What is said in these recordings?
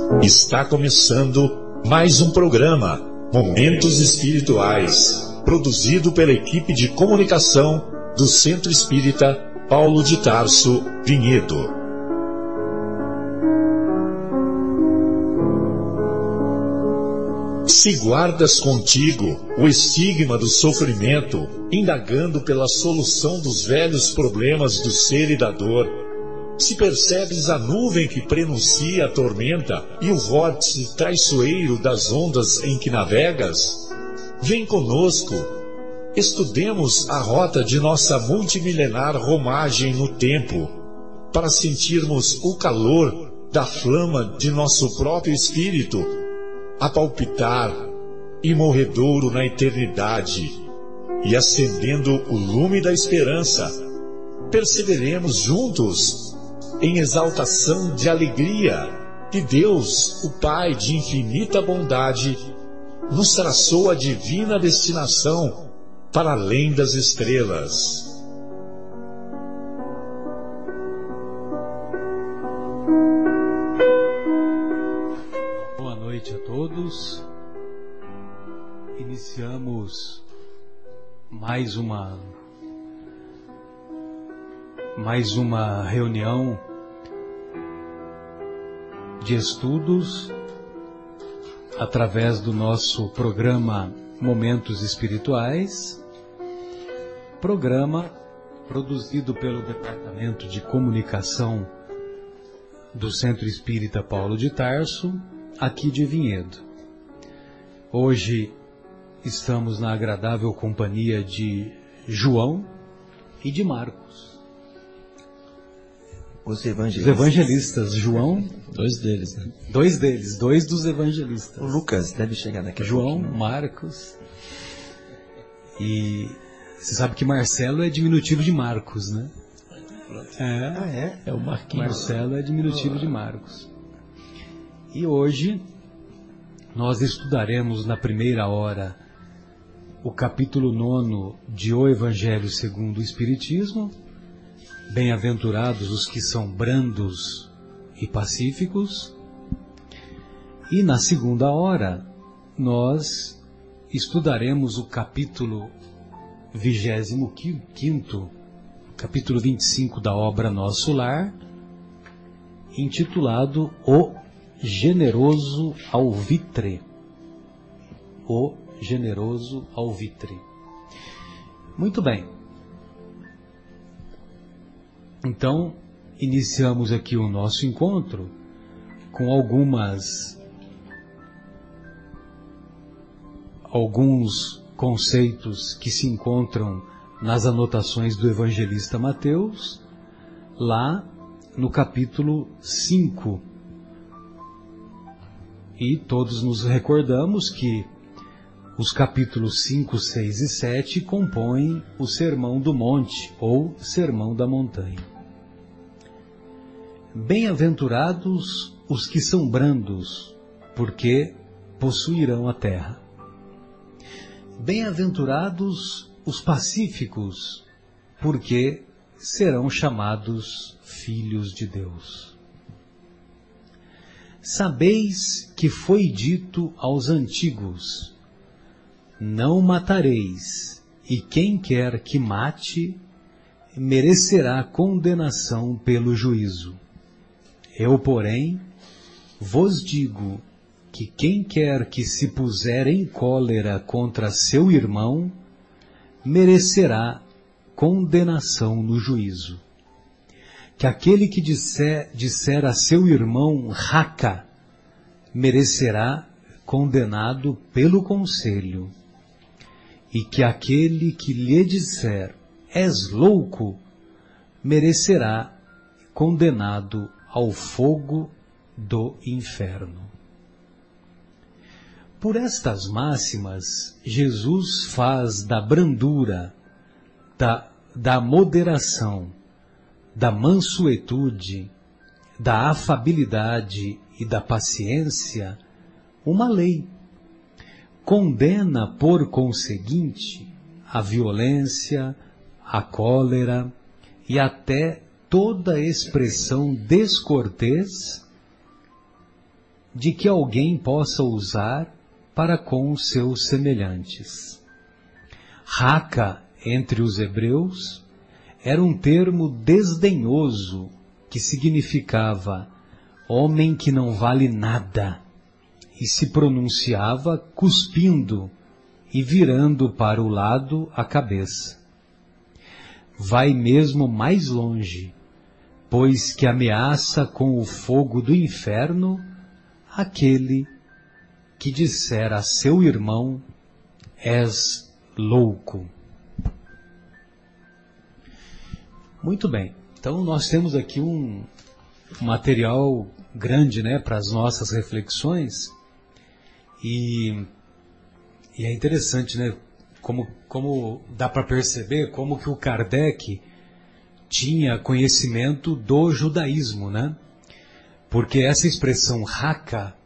Está começando mais um programa, Momentos Espirituais, produzido pela equipe de comunicação do Centro Espírita Paulo de Tarso, Vinhedo. Se guardas contigo o estigma do sofrimento, indagando pela solução dos velhos problemas do ser e da dor, se percebes a nuvem que prenuncia a tormenta e o vórtice traiçoeiro das ondas em que navegas, vem conosco, estudemos a rota de nossa multimilenar romagem no tempo, para sentirmos o calor da flama de nosso próprio espírito, a palpitar, imorredouro na eternidade, e acendendo o lume da esperança, perseveremos juntos em exaltação de alegria que Deus, o Pai de infinita bondade, nos traçou a divina destinação para além das estrelas. Boa noite a todos. Iniciamos mais uma reunião de estudos através do nosso programa Momentos Espirituais, programa produzido pelo Departamento de Comunicação do Centro Espírita Paulo de Tarso, aqui de Vinhedo. Hoje estamos na agradável companhia de João e de Marcos. Os evangelistas, João... Dois deles, né? Dois dos evangelistas. O Lucas deve chegar daqui a João, pouquinho. Marcos. E você sabe que Marcelo é diminutivo de Marcos, né? É o Marquinhos. Marcelo é diminutivo de Marcos. E hoje nós estudaremos na primeira hora o capítulo 9 de O Evangelho segundo o Espiritismo. Bem-aventurados os que são brandos e pacíficos. E na segunda hora, nós estudaremos o capítulo 25º, capítulo 25 da obra Nosso Lar, intitulado O Generoso Alvitre. O Generoso Alvitre. Muito bem. Então, iniciamos aqui o nosso encontro com alguns conceitos que se encontram nas anotações do evangelista Mateus, lá no capítulo 5. E todos nos recordamos que os capítulos 5, 6 e 7 compõem o Sermão do Monte, ou Sermão da Montanha. Bem-aventurados os que são brandos, porque possuirão a terra. Bem-aventurados os pacíficos, porque serão chamados filhos de Deus. Sabeis que foi dito aos antigos: não matareis, e quem quer que mate, merecerá condenação pelo juízo. Eu, porém, vos digo que quem quer que se puser em cólera contra seu irmão, merecerá condenação no juízo. Que aquele que disser a seu irmão raca, merecerá condenado pelo conselho. E que aquele que lhe disser és louco, merecerá condenado ao fogo do inferno. Por estas máximas, Jesus faz da brandura, da moderação, da mansuetude, da afabilidade e da paciência uma lei. Condena, por conseguinte, a violência, a cólera e até toda expressão descortês de que alguém possa usar para com os seus semelhantes. Raca, entre os hebreus, era um termo desdenhoso que significava homem que não vale nada, e se pronunciava cuspindo e virando para o lado a cabeça. Vai mesmo mais longe, pois que ameaça com o fogo do inferno aquele que disser a seu irmão: és louco. Muito bem, então nós temos aqui um material grande, né, para as nossas reflexões, e é interessante, né, como dá para perceber como que o Kardec tinha conhecimento do judaísmo, né? Porque essa expressão raca,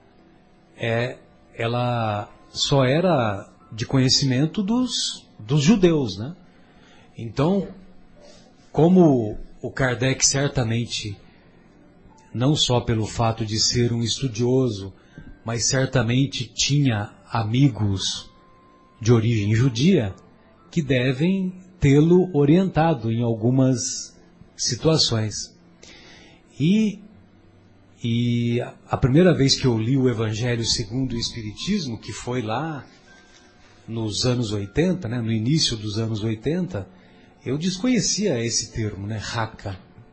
ela só era de conhecimento dos judeus, né? Então, como o Kardec certamente, não só pelo fato de ser um estudioso, mas certamente tinha amigos de origem judia que devem tê-lo orientado em algumas situações. E a primeira vez que eu li o Evangelho segundo o Espiritismo, que foi lá nos anos 80, né, no início dos anos 80, eu desconhecia esse termo, né, raca.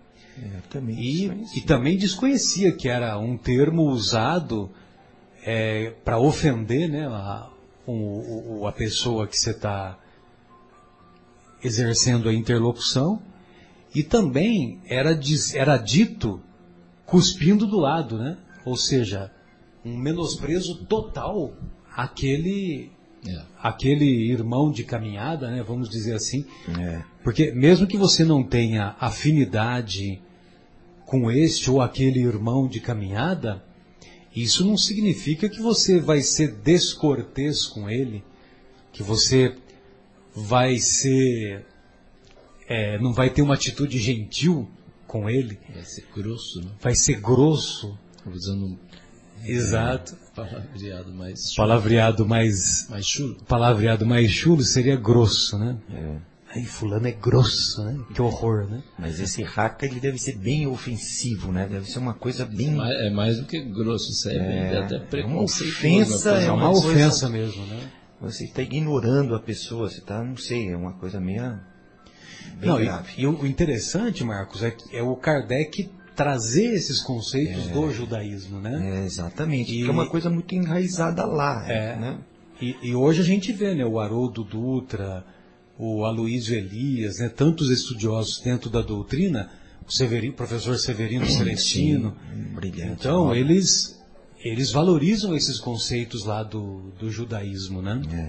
E também desconhecia que era um termo usado para ofender, né, a pessoa que você está exercendo a interlocução, e também era dito cuspindo do lado, né? Ou seja, um menosprezo total àquele irmão de caminhada, né? Vamos dizer assim. Porque mesmo que você não tenha afinidade com este ou aquele irmão de caminhada, isso não significa que você vai ser descortês com ele, que você vai ser, não vai ter uma atitude gentil com ele. Vai ser grosso, né? Vai ser grosso. Usando exato. Palavreado mais chulo. Palavreado mais chulo seria grosso, né? Aí fulano é grosso, né? Que horror, né? Mas esse raca, ele deve ser bem ofensivo, né? Deve ser uma coisa bem... É mais do que grosso, isso é até preconceituoso. É uma ofensa mesmo, né? Você está ignorando a pessoa, você está, não sei, é uma coisa meio... Bem grave. E o interessante, Marcos, é o Kardec trazer esses conceitos do judaísmo, né? Exatamente, porque é uma coisa muito enraizada lá, né? E hoje a gente vê, né, o Haroldo Dutra, o Aloysio Elias, né, tantos estudiosos dentro da doutrina, o professor Severino Celestino. Sim, brilhante. Então, eles valorizam esses conceitos lá do judaísmo, né?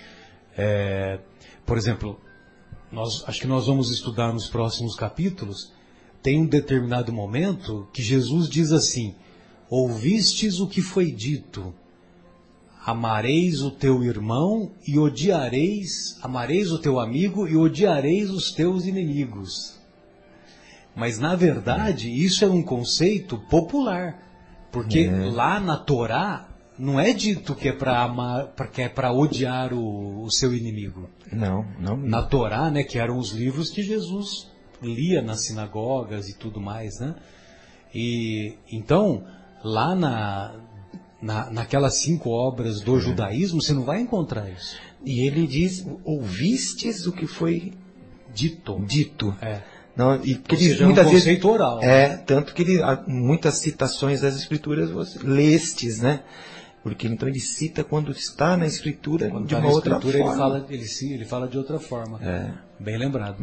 Por exemplo, acho que nós vamos estudar nos próximos capítulos, tem um determinado momento que Jesus diz assim: ouvistes o que foi dito, amareis o teu irmão e amareis o teu amigo e odiareis os teus inimigos. Mas na verdade isso é um conceito popular, porque lá na Torá não é dito que é para amar, que é para odiar o seu inimigo. Não. Na Torá, né, que eram os livros que Jesus lia nas sinagogas e tudo mais, né? E então lá naquelas 5 obras do judaísmo, você não vai encontrar isso. E ele diz: ouvistes o que foi dito. Não, e que ele, muitas vezes oral. Tanto que muitas citações das escrituras você lestes, né? Porque então ele cita quando está na escritura de uma outra forma. Ele fala de outra forma. Bem lembrado.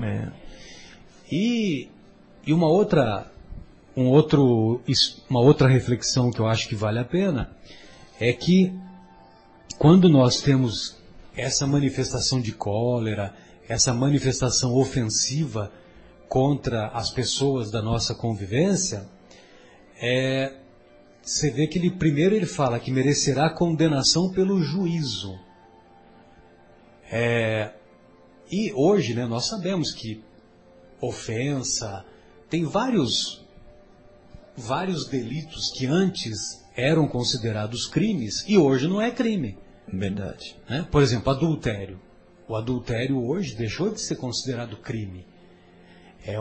E uma outra reflexão que eu acho que vale a pena é que quando nós temos essa manifestação de cólera, essa manifestação ofensiva contra as pessoas da nossa convivência, você vê que ele fala que merecerá condenação pelo juízo. E hoje, né, nós sabemos que ofensa, tem vários delitos que antes eram considerados crimes e hoje não é crime. Verdade. Né? Por exemplo, adultério. O adultério hoje deixou de ser considerado crime. É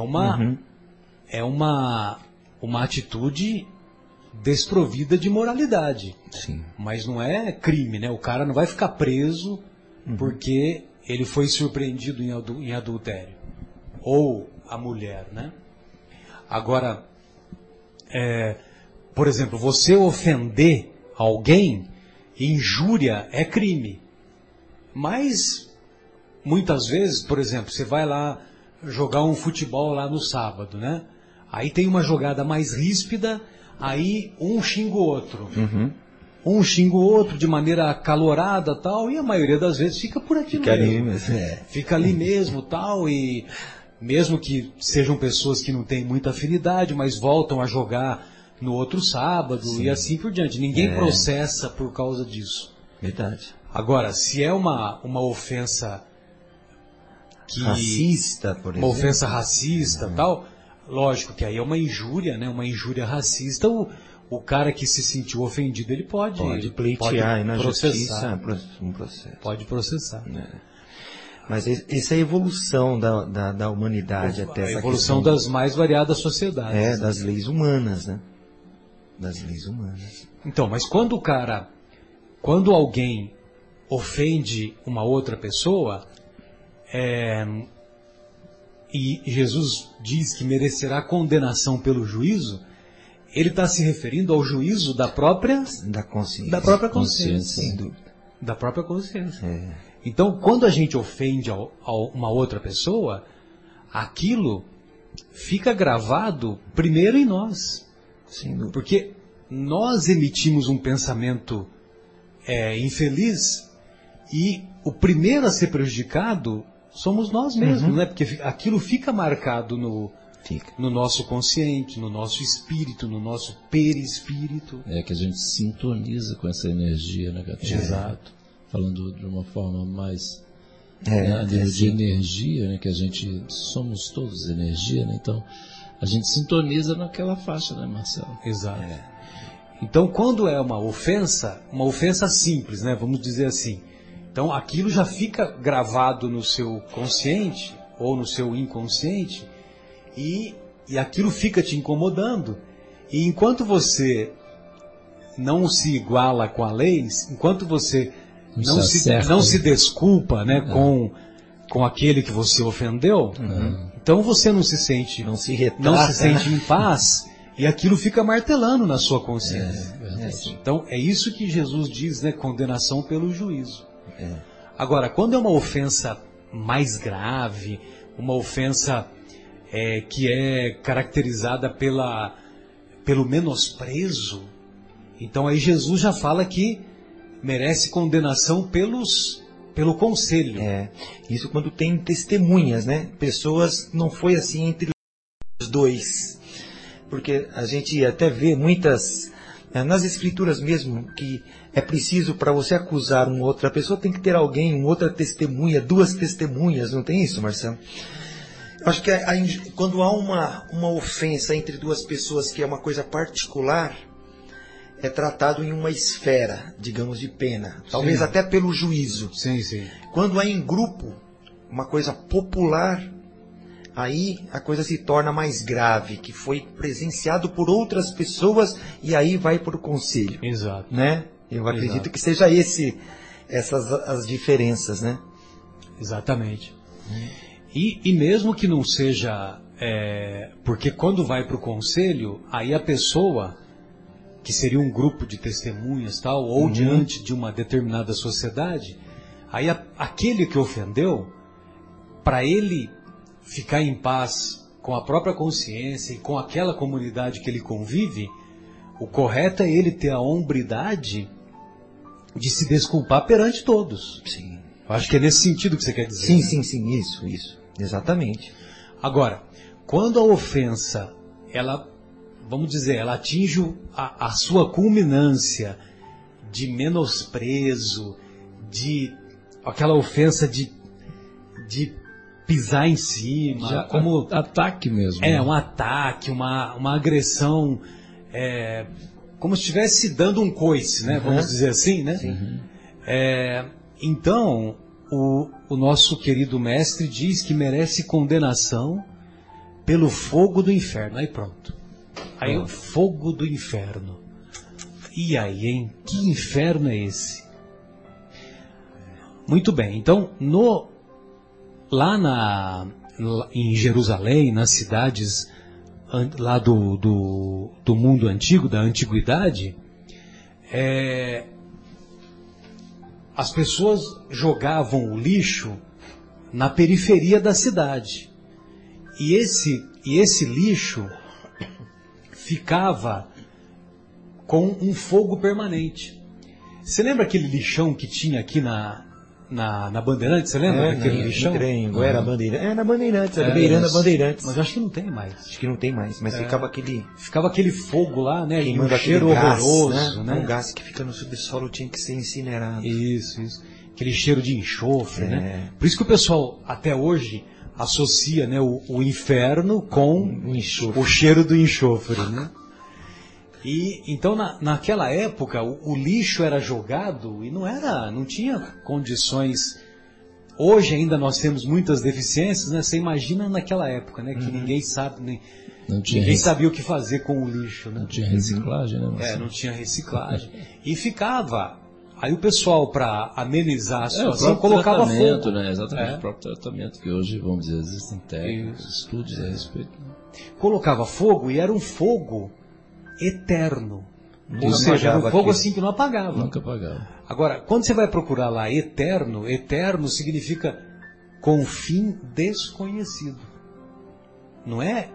uma atitude desprovida de moralidade. Sim. Mas não é crime, né? O cara não vai ficar preso porque ele foi surpreendido em adultério. Ou a mulher, né? Agora, por exemplo, você ofender alguém, injúria é crime. Mas, muitas vezes, por exemplo, você vai lá jogar um futebol lá no sábado, né? Aí tem uma jogada mais ríspida, aí um xinga o outro. Um xinga o outro de maneira acalorada tal, e a maioria das vezes fica por aquilo mesmo. Fica ali mesmo tal, e mesmo que sejam pessoas que não têm muita afinidade, mas voltam a jogar no outro sábado. Sim. E assim por diante. Ninguém processa por causa disso. Verdade. Agora, se é uma ofensa racista, por exemplo. Uma ofensa racista tal, lógico que aí é uma injúria, né? Uma injúria racista. O cara que se sentiu ofendido, ele pode pleitear na processar. Justiça um processo. Pode processar. Mas essa é a evolução da humanidade até essa evolução das mais variadas sociedades. Das leis humanas, né? Das leis humanas. Então, mas quando alguém ofende uma outra pessoa, e Jesus diz que merecerá condenação pelo juízo, ele está se referindo ao juízo da própria consciência. Da própria consciência. Sem dúvida. Da própria consciência. Então, quando a gente ofende uma outra pessoa, aquilo fica gravado primeiro em nós. Sem dúvida. Porque nós emitimos um pensamento infeliz e o primeiro a ser prejudicado somos nós mesmos, né? Porque aquilo fica marcado no nosso consciente, no nosso espírito, no nosso perispírito. É que a gente sintoniza com essa energia negativa. Exato. Falando de uma forma mais de energia, né? Que a gente somos todos energia, né? Então a gente sintoniza naquela faixa, né, Marcelo? Exato. Então, quando é uma ofensa simples, né? Vamos dizer assim. Então, aquilo já fica gravado no seu consciente ou no seu inconsciente e aquilo fica te incomodando. E enquanto você não se iguala com a lei, enquanto você não se desculpa, né, com aquele que você ofendeu, então você não se sente em paz e aquilo fica martelando na sua consciência. Então, é isso que Jesus diz, né, condenação pelo juízo. Agora, quando é uma ofensa mais grave, uma ofensa que é caracterizada pelo menosprezo, então aí Jesus já fala que merece condenação pelo conselho. Isso quando tem testemunhas, né? Pessoas, não foi assim entre os dois. Porque a gente até vê muitas, nas escrituras mesmo, que é preciso para você acusar uma outra pessoa, tem que ter alguém, uma outra testemunha, duas testemunhas, não tem isso, Marcelo? Acho que quando há uma ofensa entre duas pessoas que é uma coisa particular, é tratado em uma esfera, digamos, de pena. Talvez até pelo juízo. Sim, sim. Quando é em grupo, uma coisa popular, aí a coisa se torna mais grave, que foi presenciado por outras pessoas e aí vai para o conselho. Exato. Né? Eu acredito que seja essas as diferenças, né? Exatamente. E mesmo que não seja... porque quando vai para o conselho, aí a pessoa, que seria um grupo de testemunhas, tal, ou diante de uma determinada sociedade, aí aquele que ofendeu, para ele ficar em paz com a própria consciência e com aquela comunidade que ele convive, o correto é ele ter a hombridade de se desculpar perante todos. Sim. Eu acho que é nesse sentido que você quer dizer. Sim, isso. Exatamente. Agora, quando a ofensa, vamos dizer, ela atinge a sua culminância de menosprezo, de aquela ofensa de pisar em cima, como ataque mesmo. Um ataque, uma agressão como se estivesse dando um coice, né? Vamos dizer assim, né? Então, o nosso querido mestre diz que merece condenação pelo fogo do inferno. Aí pronto. Aí o fogo do inferno. E aí, hein? Que inferno é esse? Muito bem. Então, lá em Jerusalém, nas cidades lá do mundo antigo, da antiguidade, as pessoas jogavam o lixo na periferia da cidade. E esse lixo ficava com um fogo permanente. Você lembra aquele lixão que tinha aqui na Bandeirantes? Você lembra daquele lixão? Era Bandeirantes. Era Bandeirantes, era beirando a Bandeirantes. Mas eu acho que não tem mais. Acho que não tem mais, mas ficava aquele fogo lá, né? Queimando, um cheiro gás, horroroso, né? Um gás que fica no subsolo, tinha que ser incinerado. Isso. Aquele cheiro de enxofre, né? Por isso que o pessoal, até hoje, associa, né, o inferno com o cheiro do enxofre, né? E então naquela época o lixo era jogado e não tinha condições. Hoje ainda nós temos muitas deficiências, né? Você imagina naquela época, né? Que ninguém sabe, ninguém sabia o que fazer com o lixo, né? Não tinha reciclagem, né? Não tinha reciclagem. E ficava. Aí o pessoal, para amenizar a situação, colocava fogo. Né? Exatamente, o próprio tratamento, que hoje, vamos dizer, existem técnicos, estudos a respeito. Né? Colocava fogo e era um fogo eterno. Ou seja, era um fogo assim que não apagava. Nunca apagava. Agora, quando você vai procurar lá eterno significa com fim desconhecido. Não é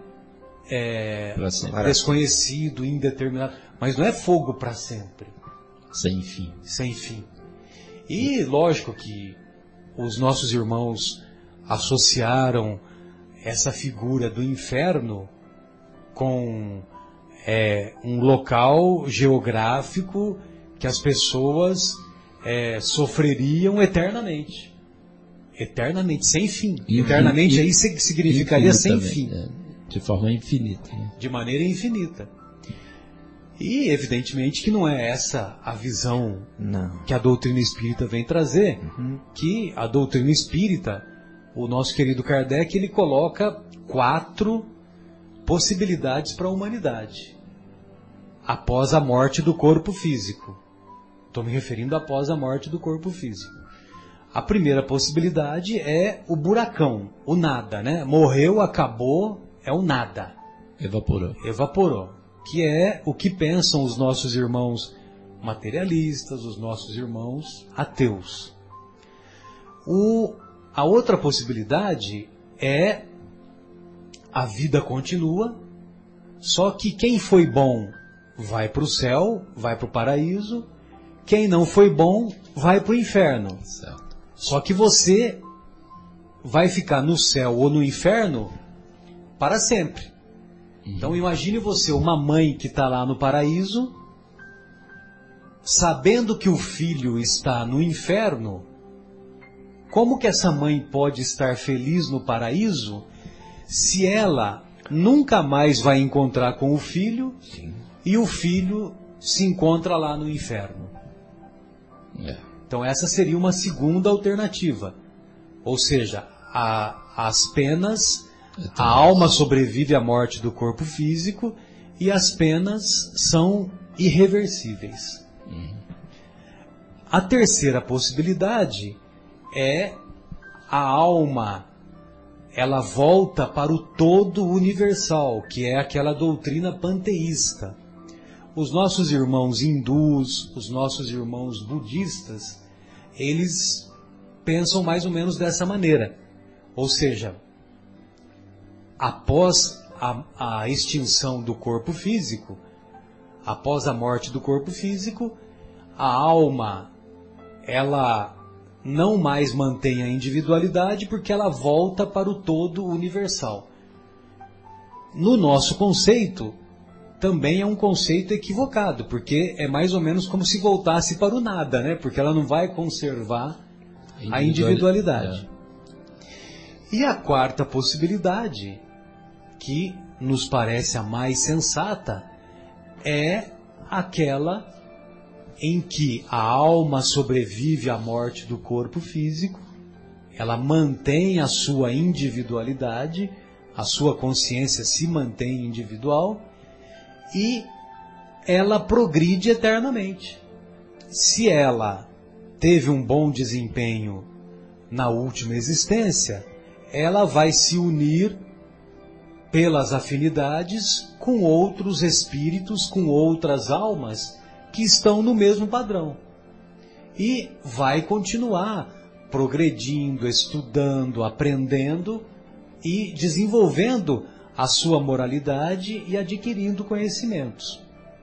desconhecido, indeterminado, mas não é fogo para sempre. Sem fim. Sem fim. E lógico que os nossos irmãos associaram essa figura do inferno com um local geográfico que as pessoas sofreriam eternamente. Eternamente, sem fim. Eternamente aí significaria sem fim. De forma infinita. Né? De maneira infinita. E evidentemente que não é essa a visão que a doutrina espírita vem trazer, que a doutrina espírita, o nosso querido Kardec, ele coloca 4 possibilidades para a humanidade após a morte do corpo físico. Estou me referindo após a morte do corpo físico. A primeira possibilidade é o buracão, o nada, né? Morreu, acabou, é o nada. Evaporou. Que é o que pensam os nossos irmãos materialistas, os nossos irmãos ateus. A outra possibilidade é a vida continua, só que quem foi bom vai para o céu, vai para o paraíso, quem não foi bom vai para o inferno. Certo. Só que você vai ficar no céu ou no inferno para sempre. Então imagine você, uma mãe que está lá no paraíso, sabendo que o filho está no inferno. Como que essa mãe pode estar feliz no paraíso se ela nunca mais vai encontrar com o filho? Sim. E o filho se encontra lá no inferno? Então essa seria uma segunda alternativa. Ou seja, as penas... A alma sobrevive à morte do corpo físico e as penas são irreversíveis. A terceira possibilidade é a alma, ela volta para o todo universal, que é aquela doutrina panteísta. Os nossos irmãos hindus, os nossos irmãos budistas, eles pensam mais ou menos dessa maneira. Ou seja, após a extinção do corpo físico, após a morte do corpo físico, a alma, ela não mais mantém a individualidade porque ela volta para o todo universal. No nosso conceito, também é um conceito equivocado, porque é mais ou menos como se voltasse para o nada, né? Porque ela não vai conservar a individualidade. E a quarta possibilidade, que nos parece a mais sensata, é aquela em que a alma sobrevive à morte do corpo físico, ela mantém a sua individualidade, a sua consciência se mantém individual e ela progride eternamente. Se ela teve um bom desempenho na última existência, ela vai se unir pelas afinidades com outros espíritos, com outras almas que estão no mesmo padrão. E vai continuar progredindo, estudando, aprendendo e desenvolvendo a sua moralidade e adquirindo conhecimentos.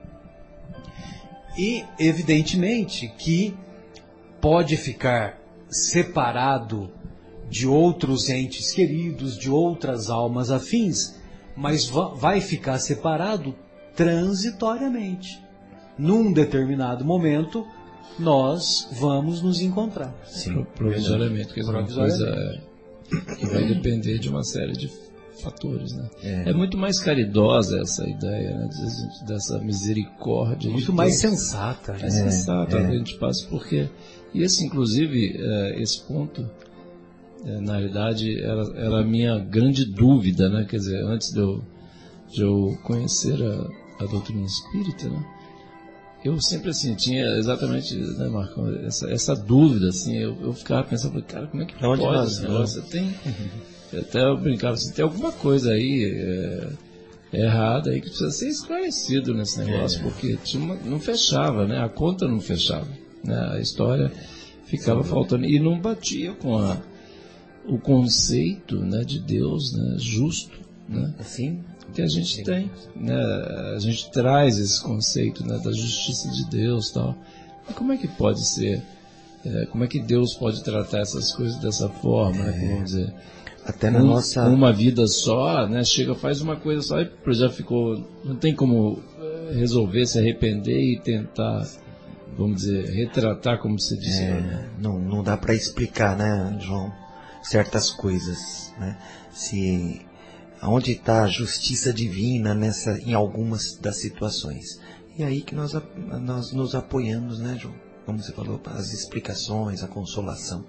E, evidentemente, que pode ficar separado de outros entes queridos, de outras almas afins, mas vai ficar separado transitoriamente. Num determinado momento, nós vamos nos encontrar. Sim, provisoriamente, que é uma coisa que vai depender de uma série de fatores, né? É muito mais caridosa essa ideia, né, dessa misericórdia. Muito mais sensata. É sensata, a gente passa porque... E esse, inclusive, esse ponto, na realidade, era a minha grande dúvida, né? Quer dizer, antes de eu conhecer a doutrina espírita, né? Eu sempre, assim, tinha exatamente, né, Marcão, essa dúvida, assim, eu ficava pensando, cara, como é que pode esse negócio? Até eu brincava assim, tem alguma coisa aí errada aí que precisa ser esclarecido nesse negócio, porque não fechava, né? A conta não fechava, né? A história ficava faltando e não batia com o conceito, né, de Deus, né, justo, né? Assim, que a gente tem, né? A gente traz esse conceito, né, da justiça de Deus, tal. E como é que pode ser? Como é que Deus pode tratar essas coisas dessa forma, né? Vamos dizer, até na nossa uma vida só, né? Chega, faz uma coisa só e já ficou, não tem como resolver, se arrepender e tentar, vamos dizer, retratar, como você disse. Não dá para explicar, né, João, certas coisas, né? Onde está a justiça divina em algumas das situações. E aí que nós nos apoiamos, né, João? Como você falou, as explicações, a consolação,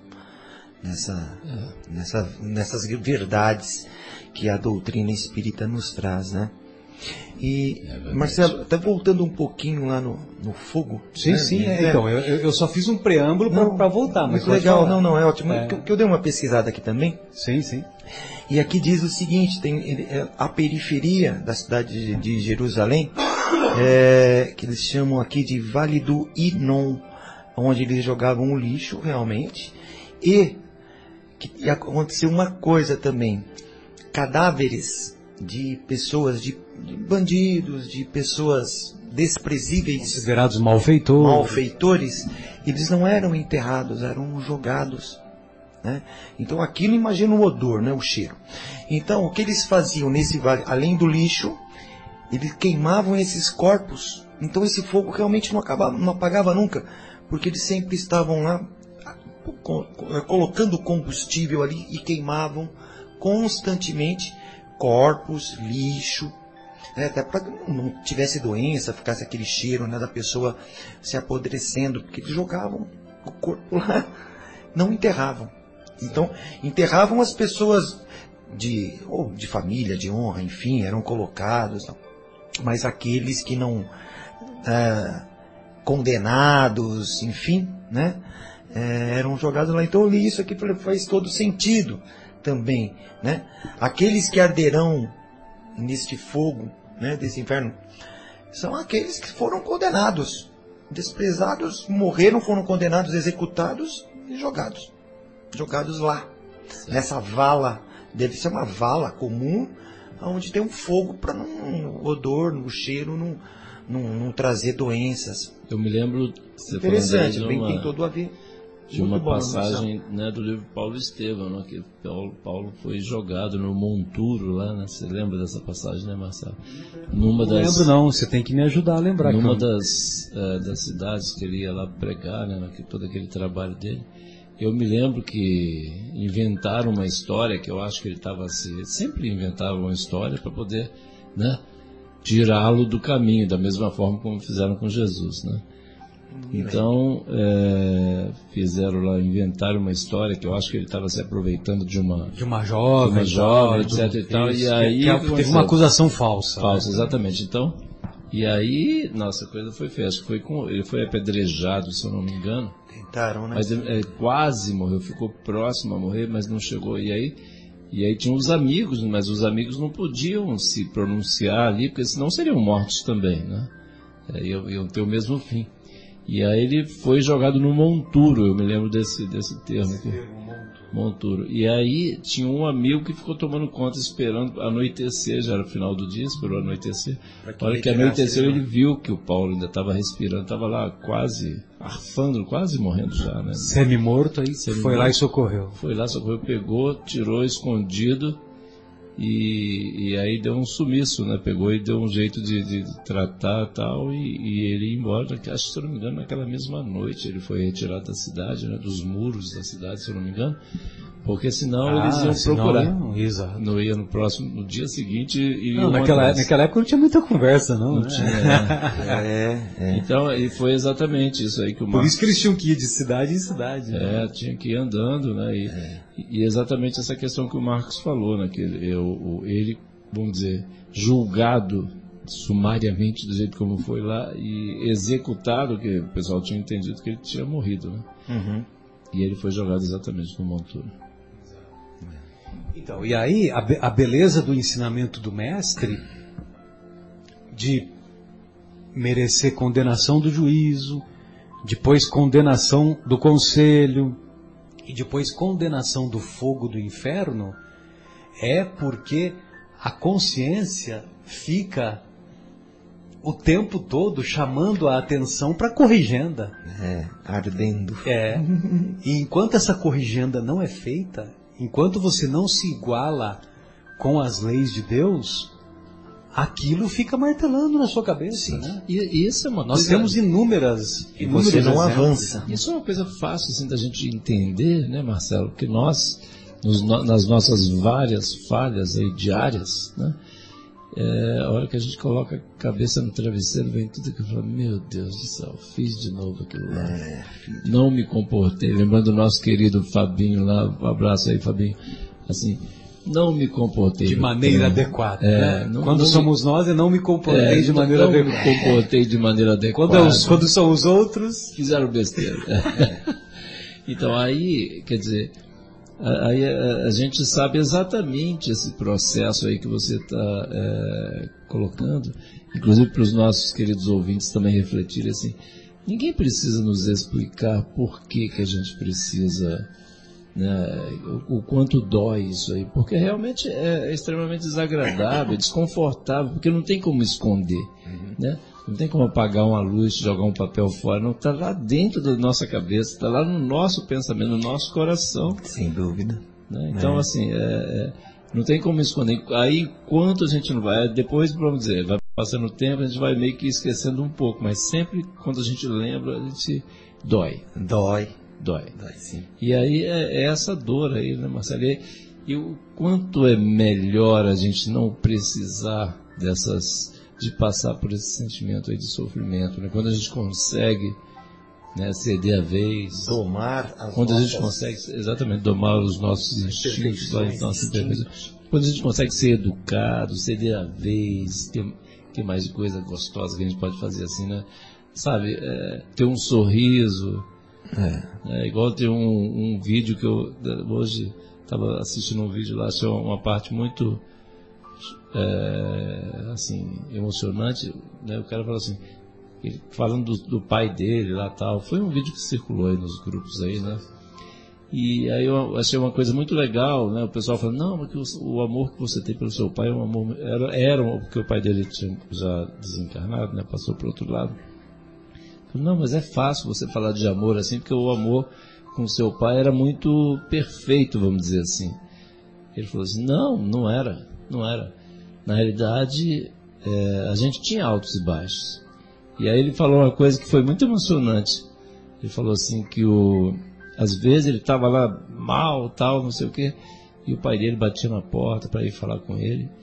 nessas verdades que a doutrina espírita nos traz, né? E, Marcelo, até voltando um pouquinho lá no fogo. Sim, né? Sim, então, eu só fiz um preâmbulo para voltar. Mas muito legal, não, é ótimo. Que eu dei uma pesquisada aqui também. Sim. E aqui diz o seguinte, tem a periferia da cidade de Jerusalém, que eles chamam aqui de Vale do Inon, onde eles jogavam o lixo realmente, e aconteceu uma coisa também, cadáveres de pessoas, de bandidos, de pessoas desprezíveis, considerados malfeitores, eles não eram enterrados, eram jogados, né? Então aquilo, imagina o odor, né? O cheiro. Então o que eles faziam nesse vale, além do lixo, eles queimavam esses corpos. Então esse fogo realmente não apagava nunca, porque eles sempre estavam lá colocando combustível ali e queimavam constantemente corpos, lixo, né? Até para que não tivesse doença, ficasse aquele cheiro, né, da pessoa se apodrecendo, porque eles jogavam o corpo lá, não enterravam. Então, enterravam as pessoas de família, de honra, enfim, eram colocados, não. Mas aqueles que não, condenados, enfim, né, eram jogados lá. Então, eu li isso aqui, faz todo sentido também, né? Aqueles que arderão neste fogo, né, desse inferno, são aqueles que foram condenados, desprezados, morreram, foram condenados, executados e jogados lá, nessa vala. Deve ser uma vala comum, onde tem um fogo para o odor, o cheiro não trazer doenças. Eu me lembro, você interessante, tem todo a ver. De uma passagem, né, do livro Paulo Estevão, né, que Paulo foi jogado no monturo lá, né? Você lembra dessa passagem, né, Marcelo? Não lembro não, você tem que me ajudar a lembrar. Numa das cidades que ele ia lá pregar, né, todo aquele trabalho dele, eu me lembro que inventaram uma história, que eu acho que ele estava sempre inventava uma história para poder, né, tirá-lo do caminho, da mesma forma como fizeram com Jesus, né? Então, fizeram lá, inventaram uma história que eu acho que ele estava se aproveitando de uma jovem, etc. E tal, e aí teve uma acusação falsa. Falsa, né? Exatamente. Então, e aí, nossa, a coisa foi feia. Acho que ele foi apedrejado, se eu não me engano. Tentaram, né? Mas ele quase morreu, ficou próximo a morrer, mas não chegou. E aí tinha os amigos, mas os amigos não podiam se pronunciar ali, porque senão seriam mortos também, né? Iam ter o mesmo fim. E aí ele foi jogado no monturo, eu me lembro desse termo aqui. Monturo. E aí tinha um amigo que ficou tomando conta, esperando anoitecer, já era o final do dia, esperou anoitecer. A hora que anoiteceu, ele viu que o Paulo ainda estava respirando, estava lá quase arfando, quase morrendo já, né? Semi-morto, aí foi lá e socorreu. Foi lá, socorreu, pegou, tirou escondido. E aí deu um sumiço, né? Pegou e deu um jeito de tratar tal, e ele ia embora. Acho que, se eu não me engano, naquela mesma noite ele foi retirado da cidade, né? Dos muros da cidade, se eu não me engano, porque senão eles iam procurar. Não ia no dia seguinte. Naquela época não tinha muita conversa, não. Não tinha, né? Então, e foi exatamente isso aí que o Marcos... Por isso que eles tinham que ir de cidade em cidade. Né? Tinha que ir andando, né? E exatamente essa questão que o Marcos falou, né? Que ele, vamos dizer, julgado sumariamente do jeito como foi lá e executado, que o pessoal tinha entendido que ele tinha morrido, né? Uhum. E ele foi jogado exatamente no monturo. Então, e aí a beleza do ensinamento do mestre de merecer condenação do juízo, depois condenação do conselho e depois condenação do fogo do inferno, é porque a consciência fica o tempo todo chamando a atenção para a corrigenda. Ardendo. E enquanto essa corrigenda não é feita, enquanto você não se iguala com as leis de Deus, aquilo fica martelando na sua cabeça. Né? E isso é uma Nós coisa... temos inúmeras você não exemplos. avança. Isso é uma coisa fácil assim, da gente entender, né, Marcelo? Porque nós, nas nossas várias falhas aí diárias, né, a hora que a gente coloca a cabeça no travesseiro, vem tudo que eu falo, meu Deus do céu, fiz de novo aquilo lá. Não me comportei. Lembrando do nosso querido Fabinho lá, um abraço aí, Fabinho. Assim, não me comportei de maneira adequada. Né? Quando somos nós, eu não me comportei de maneira adequada. Não me comportei de maneira adequada. Quando são os outros, fizeram besteira. Então aí, quer dizer, aí a gente sabe exatamente esse processo aí que você está colocando, inclusive para os nossos queridos ouvintes também refletirem assim. Ninguém precisa nos explicar por que a gente precisa, né, o quanto dói isso aí, porque realmente é extremamente desagradável, desconfortável, porque não tem como esconder, né? Não tem como apagar uma luz, jogar um papel fora, não, está lá dentro da nossa cabeça, está lá no nosso pensamento, no nosso coração. Sem dúvida. Né? Então, assim, não tem como esconder. Aí, enquanto a gente não vai, depois, vamos dizer, vai passando o tempo, a gente vai meio que esquecendo um pouco, mas sempre quando a gente lembra, a gente dói. Dói, sim. E aí é essa dor aí, né, Marcelo? E o quanto é melhor a gente não precisar de passar por esse sentimento aí de sofrimento, né? Quando a gente consegue, né, ceder a vez, quando a gente consegue exatamente domar os nossos instintos, quando a gente consegue ser educado, ceder a vez, ter mais coisa gostosa que a gente pode fazer assim, né? Sabe, ter um sorriso, igual tem um vídeo que eu hoje estava assistindo um vídeo lá, achei uma parte muito assim, emocionante, né? O cara falou assim, ele, falando do pai dele lá tal, foi um vídeo que circulou aí nos grupos aí, né? E aí eu achei uma coisa muito legal, né? O pessoal falando, não, mas o amor que você tem pelo seu pai é um amor, porque o pai dele tinha já desencarnado, né? Passou para o outro lado. Não, mas é fácil você falar de amor assim, porque o amor com seu pai era muito perfeito, vamos dizer assim. Ele falou assim, não era. Na realidade, a gente tinha altos e baixos. E aí ele falou uma coisa que foi muito emocionante. Ele falou assim que às vezes ele estava lá mal, tal, não sei o quê, e o pai dele batia na porta para ir falar com ele.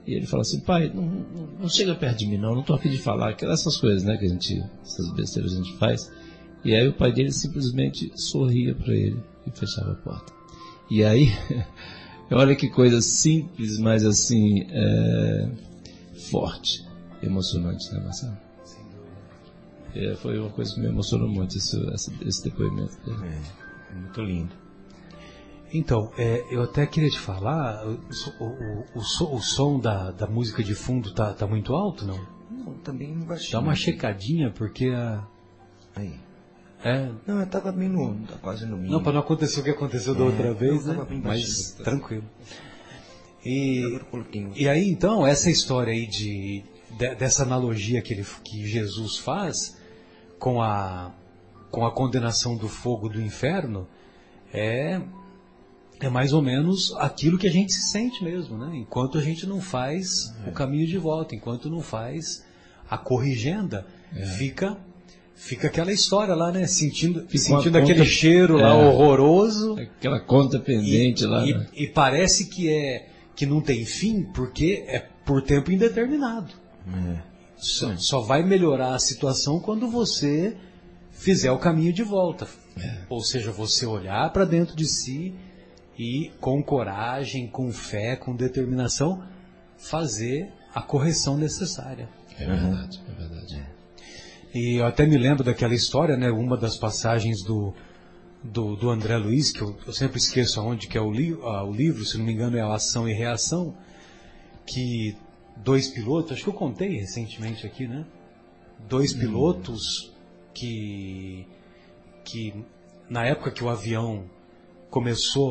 E ele fala assim, pai, não chega perto de mim não estou afim de falar, essas coisas, né, essas besteiras a gente faz. E aí o pai dele simplesmente sorria para ele e fechava a porta. E aí, olha que coisa simples, mas assim, forte, emocionante, né, Marcelo? Sem dúvida. Foi uma coisa que me emocionou muito, esse depoimento dele. É muito lindo. Então, eu até queria te falar, o som da música de fundo tá muito alto, não? Não, também baixinho. Dá uma checadinha, porque Aí. Não, eu tava bem tá quase no mínimo. Não, para não acontecer o que aconteceu da outra vez, né? Mas baixinho. tranquilo. Agora eu coloquei. E aí, então, essa história aí dessa analogia que Jesus faz com a condenação do fogo do inferno é mais ou menos aquilo que a gente se sente mesmo, né? Enquanto a gente não faz o caminho de volta, enquanto não faz a corrigenda, fica aquela história lá, né? Sentindo aquele cheiro lá horroroso. Aquela conta pendente lá. Né? E parece que não tem fim, porque é por tempo indeterminado. Só vai melhorar a situação quando você fizer o caminho de volta. Ou seja, você olhar para dentro de si e com coragem, com fé, com determinação, fazer a correção necessária. É verdade, é verdade. E eu até me lembro daquela história, né? Uma das passagens do André Luiz, que eu sempre esqueço aonde que é o livro, se não me engano é a Ação e Reação, que 2 pilotos, acho que eu contei recentemente aqui, né? 2 pilotos que na época que o avião começou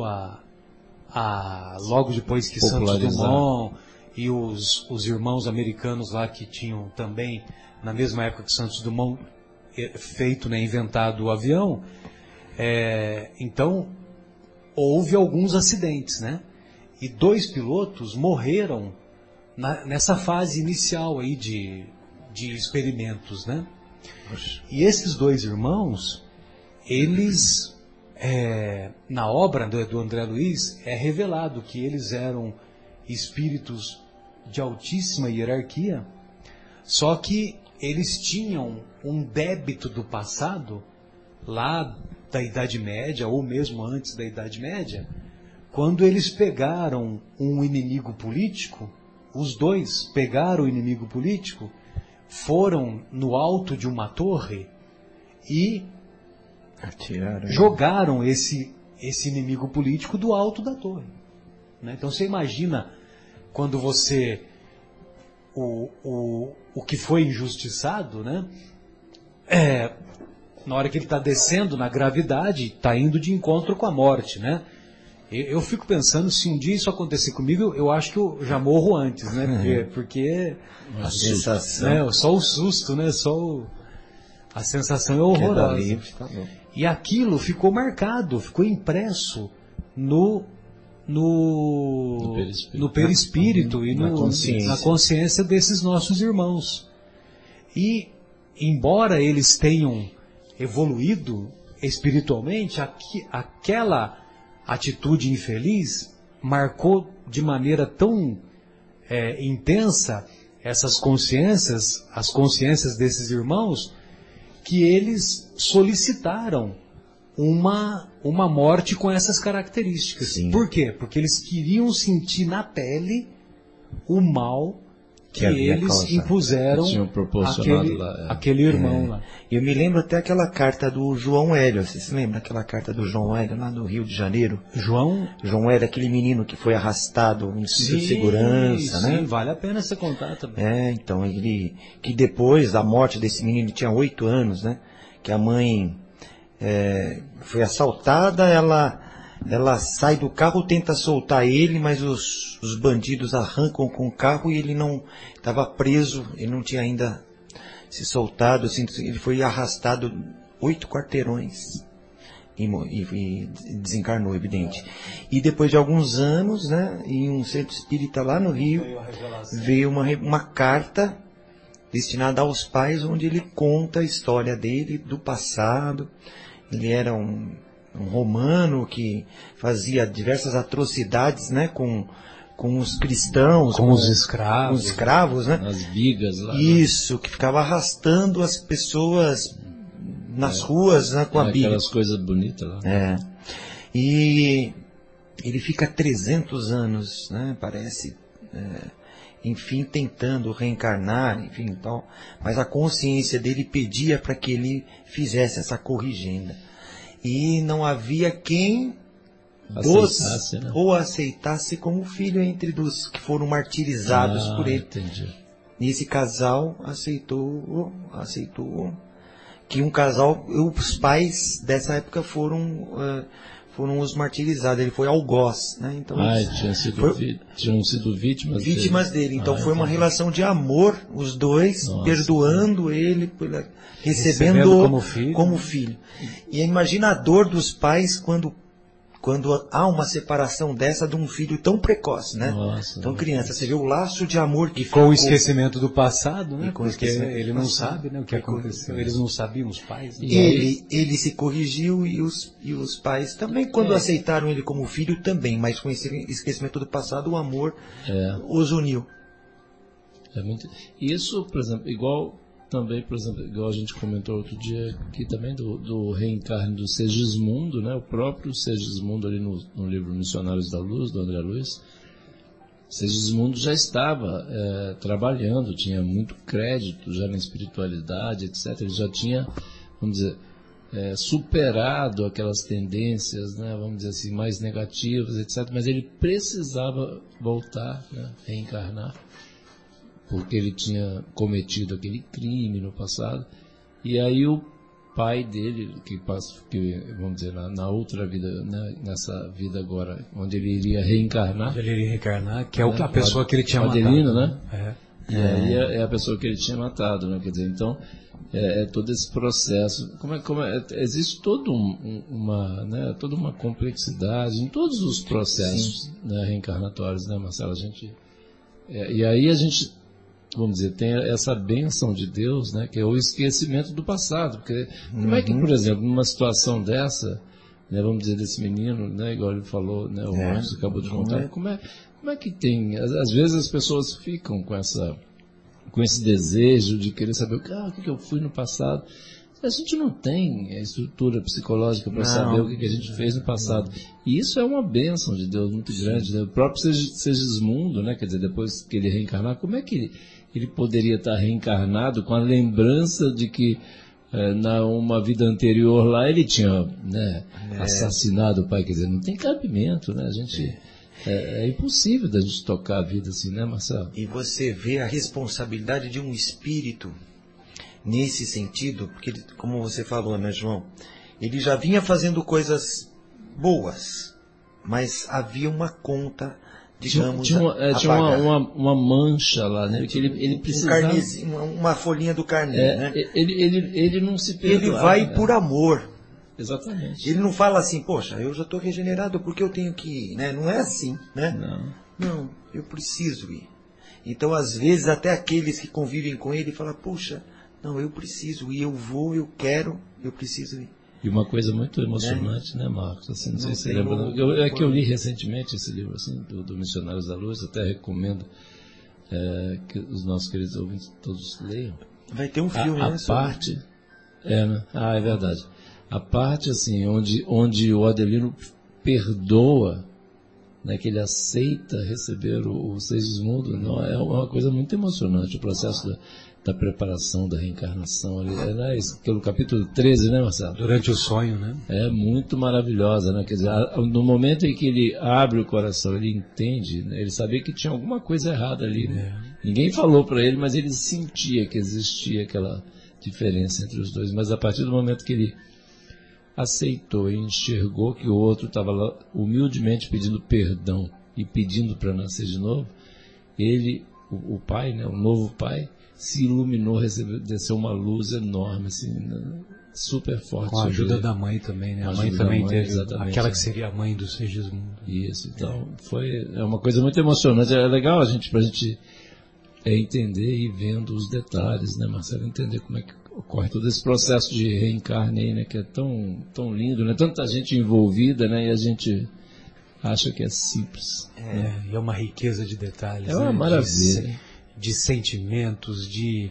logo depois que Santos Dumont e os irmãos americanos lá que tinham também, na mesma época que Santos Dumont feito, né, inventado o avião, então houve alguns acidentes, né? E 2 pilotos morreram nessa fase inicial aí de experimentos, né? E esses 2 irmãos, eles, na obra do André Luiz, é revelado que eles eram espíritos de altíssima hierarquia, só que eles tinham um débito do passado, lá da Idade Média, ou mesmo antes da Idade Média, quando eles pegaram um inimigo político, os 2 pegaram o inimigo político, foram no alto de uma torre e jogaram esse inimigo político do alto da torre. Né? Então você imagina quando você, o que foi injustiçado, né? Na hora que ele está descendo na gravidade, está indo de encontro com a morte, né? Eu fico pensando, se um dia isso acontecer comigo, eu acho que eu já morro antes, né? Porque a sensação, só o susto, né? A sensação é horrorosa. E aquilo ficou marcado, ficou impresso no perispírito e na consciência desses nossos irmãos. E, embora eles tenham evoluído espiritualmente, aquela atitude infeliz marcou de maneira tão intensa essas consciências, as consciências desses irmãos, que eles solicitaram uma morte com essas características. Sim. Por quê? Porque eles queriam sentir na pele o mal que eles impuseram aquele irmão lá. Eu me lembro até aquela carta do João Hélio. Você se lembra aquela carta do João Hélio lá no Rio de Janeiro? João Hélio, aquele menino que foi arrastado no cinto de segurança, né? Sim, vale a pena você contar também. Então que depois da morte desse menino, ele tinha 8 anos, né? Que a mãe foi assaltada, ela sai do carro, tenta soltar ele, mas os bandidos arrancam com o carro e ele não estava preso, ele não tinha ainda se soltado, assim, ele foi arrastado 8 quarteirões e desencarnou, evidente. E depois de alguns anos, né, em um centro espírita lá no Rio, veio uma carta destinada aos pais, onde ele conta a história dele, do passado. Ele era um romano que fazia diversas atrocidades, né, com com os cristãos, com os escravos, né? As vigas lá. Isso, que ficava arrastando as pessoas nas ruas, né, com a Bíblia. Aquelas coisas bonitas lá. E ele fica 300 anos, né, parece, enfim, tentando reencarnar, enfim, tal. Mas a consciência dele pedia para que ele fizesse essa corrigenda. E não havia quem o aceitasse como filho entre dos que foram martirizados por ele. Entendi. E esse casal aceitou que um casal, os pais dessa época foram os martirizados. Ele foi algoz, né? Então tinham sido vítimas dele. Então foi uma relação de amor, os dois, perdoando ele, recebendo como filho. E imagina a dor dos pais quando há uma separação dessa de um filho tão precoce, né? Então criança, você vê o laço de amor que ficou. Com o esquecimento do passado, né? Porque ele não sabe, né, o que aconteceu. Eles não sabiam, os pais. Né? Ele se corrigiu e os pais também, quando aceitaram ele como filho, também. Mas com esse esquecimento do passado, o amor os uniu. Isso, por exemplo, igual a gente comentou outro dia aqui também do reencarne do Segismundo, né? O próprio Segismundo ali no livro Missionários da Luz, do André Luiz. Segismundo já estava trabalhando, tinha muito crédito já na espiritualidade, etc. Ele já tinha, vamos dizer, superado aquelas tendências, né? Vamos dizer assim, mais negativas, etc. Mas ele precisava voltar, né? Reencarnar, porque ele tinha cometido aquele crime no passado. E aí o pai dele, que vamos dizer, na outra vida, né, nessa vida agora, onde ele iria reencarnar. Que é a pessoa que ele tinha matado. Adelino, né? E aí é a pessoa que ele tinha matado, né? Quer dizer, então, todo esse processo. Existe toda toda uma complexidade em todos os processos, né, reencarnatórios, né, Marcelo? E aí a gente, vamos dizer, tem essa bênção de Deus, né, que é o esquecimento do passado. Porque como é que, por exemplo, numa situação dessa, né, vamos dizer, desse menino, né, igual ele falou, né, o Marcos acabou de contar, como é que tem, às vezes as pessoas ficam com esse desejo de querer saber o que eu fui no passado. A gente não tem a estrutura psicológica para saber o que a gente fez no passado. E isso é uma bênção de Deus muito grande, né? O próprio Segismundo, né? Quer dizer, depois que ele reencarnar, como é que ele poderia estar reencarnado com a lembrança de que uma vida anterior lá ele tinha, né, assassinado o pai? Quer dizer, não tem cabimento, né? A gente... É impossível da gente tocar a vida assim, né, Marcelo? E você vê a responsabilidade de um espírito nesse sentido, porque, como você falou, né, João? Ele já vinha fazendo coisas boas, mas havia uma conta, digamos, tinha uma mancha lá, né? Que ele precisava... uma folhinha do carnê, né? Ele não se perdoava. Ele vai por amor. Exatamente. Ele não fala assim, poxa, eu já estou regenerado porque eu tenho que ir, né? Não é assim, né? Não, eu preciso ir. Então, às vezes, até aqueles que convivem com ele falam, poxa, não, eu preciso ir, eu vou, eu quero, eu preciso ir. E uma coisa muito emocionante, né, Marcos? Assim, não sei se você lembra. Que eu li recentemente esse livro assim, do Missionários da Luz, até recomendo que os nossos queridos ouvintes todos leiam. Vai ter um filme, né? Né? É verdade. A parte assim, onde o Adelino perdoa, né, que ele aceita receber o Segismundo, não, é uma coisa muito emocionante, o processo da preparação, da reencarnação. Pelo capítulo 13, né, Marcelo? Durante o sonho, né? É muito maravilhosa, né? Quer dizer, no momento em que ele abre o coração, ele entende, né, ele sabia que tinha alguma coisa errada ali. Né? Ninguém falou para ele, mas ele sentia que existia aquela diferença entre os dois. Mas a partir do momento que ele aceitou e enxergou que o outro estava lá humildemente pedindo perdão e pedindo para nascer de novo, ele, o pai, né, o novo pai, se iluminou, desceu uma luz enorme, assim, super forte. Com a ajuda da mãe também, né? A mãe também teve, aquela que seria a mãe do Segismundo. Isso, então é uma coisa muito emocionante. É legal pra gente entender e vendo os detalhes, né, Marcelo? Entender como é que ocorre todo esse processo de reencarne aí, né, que é tão lindo, né? Tanta gente envolvida, né? E a gente acha que é simples. E é uma riqueza de detalhes. É uma maravilha. De sentimentos, de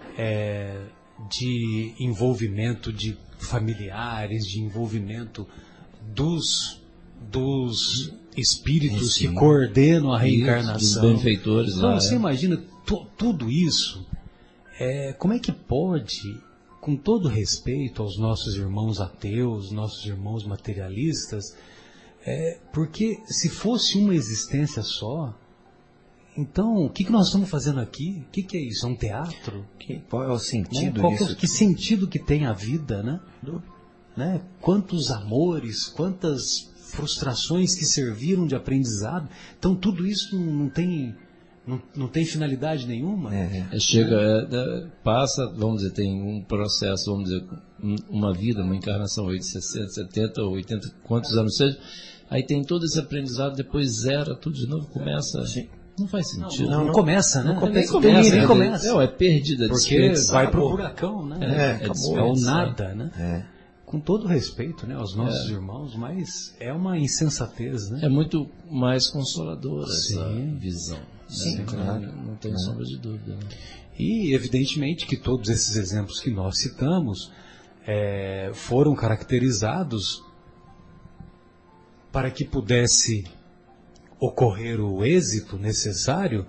envolvimento de familiares, de envolvimento dos espíritos que coordenam a reencarnação. Dos benfeitores então, lá. você imagina tudo isso. Como é que pode, com todo respeito aos nossos irmãos ateus, nossos irmãos materialistas, porque se fosse uma existência só, então o que nós estamos fazendo aqui? O que é isso? É um teatro? Qual é o sentido disso? Que sentido que tem a vida, né? Quantos amores, quantas frustrações que serviram de aprendizado. Então tudo isso não tem finalidade nenhuma. Passa, vamos dizer, tem um processo, vamos dizer, uma vida, uma encarnação de 60, 70, 80, quantos anos seja, aí tem todo esse aprendizado, depois zera tudo de novo, começa... Sim. Não faz sentido. Não começa, né? Nem começa. É perdida, porque vai pro buracão, né? Acabou, é o nada, né? Com todo respeito, né, aos nossos irmãos, mas é uma insensatez, né? É muito mais consoladora essa visão. Sim, claro. Não tem sombra de dúvida. Né? E evidentemente que todos esses exemplos que nós citamos foram caracterizados para que pudesse ocorrer o êxito necessário.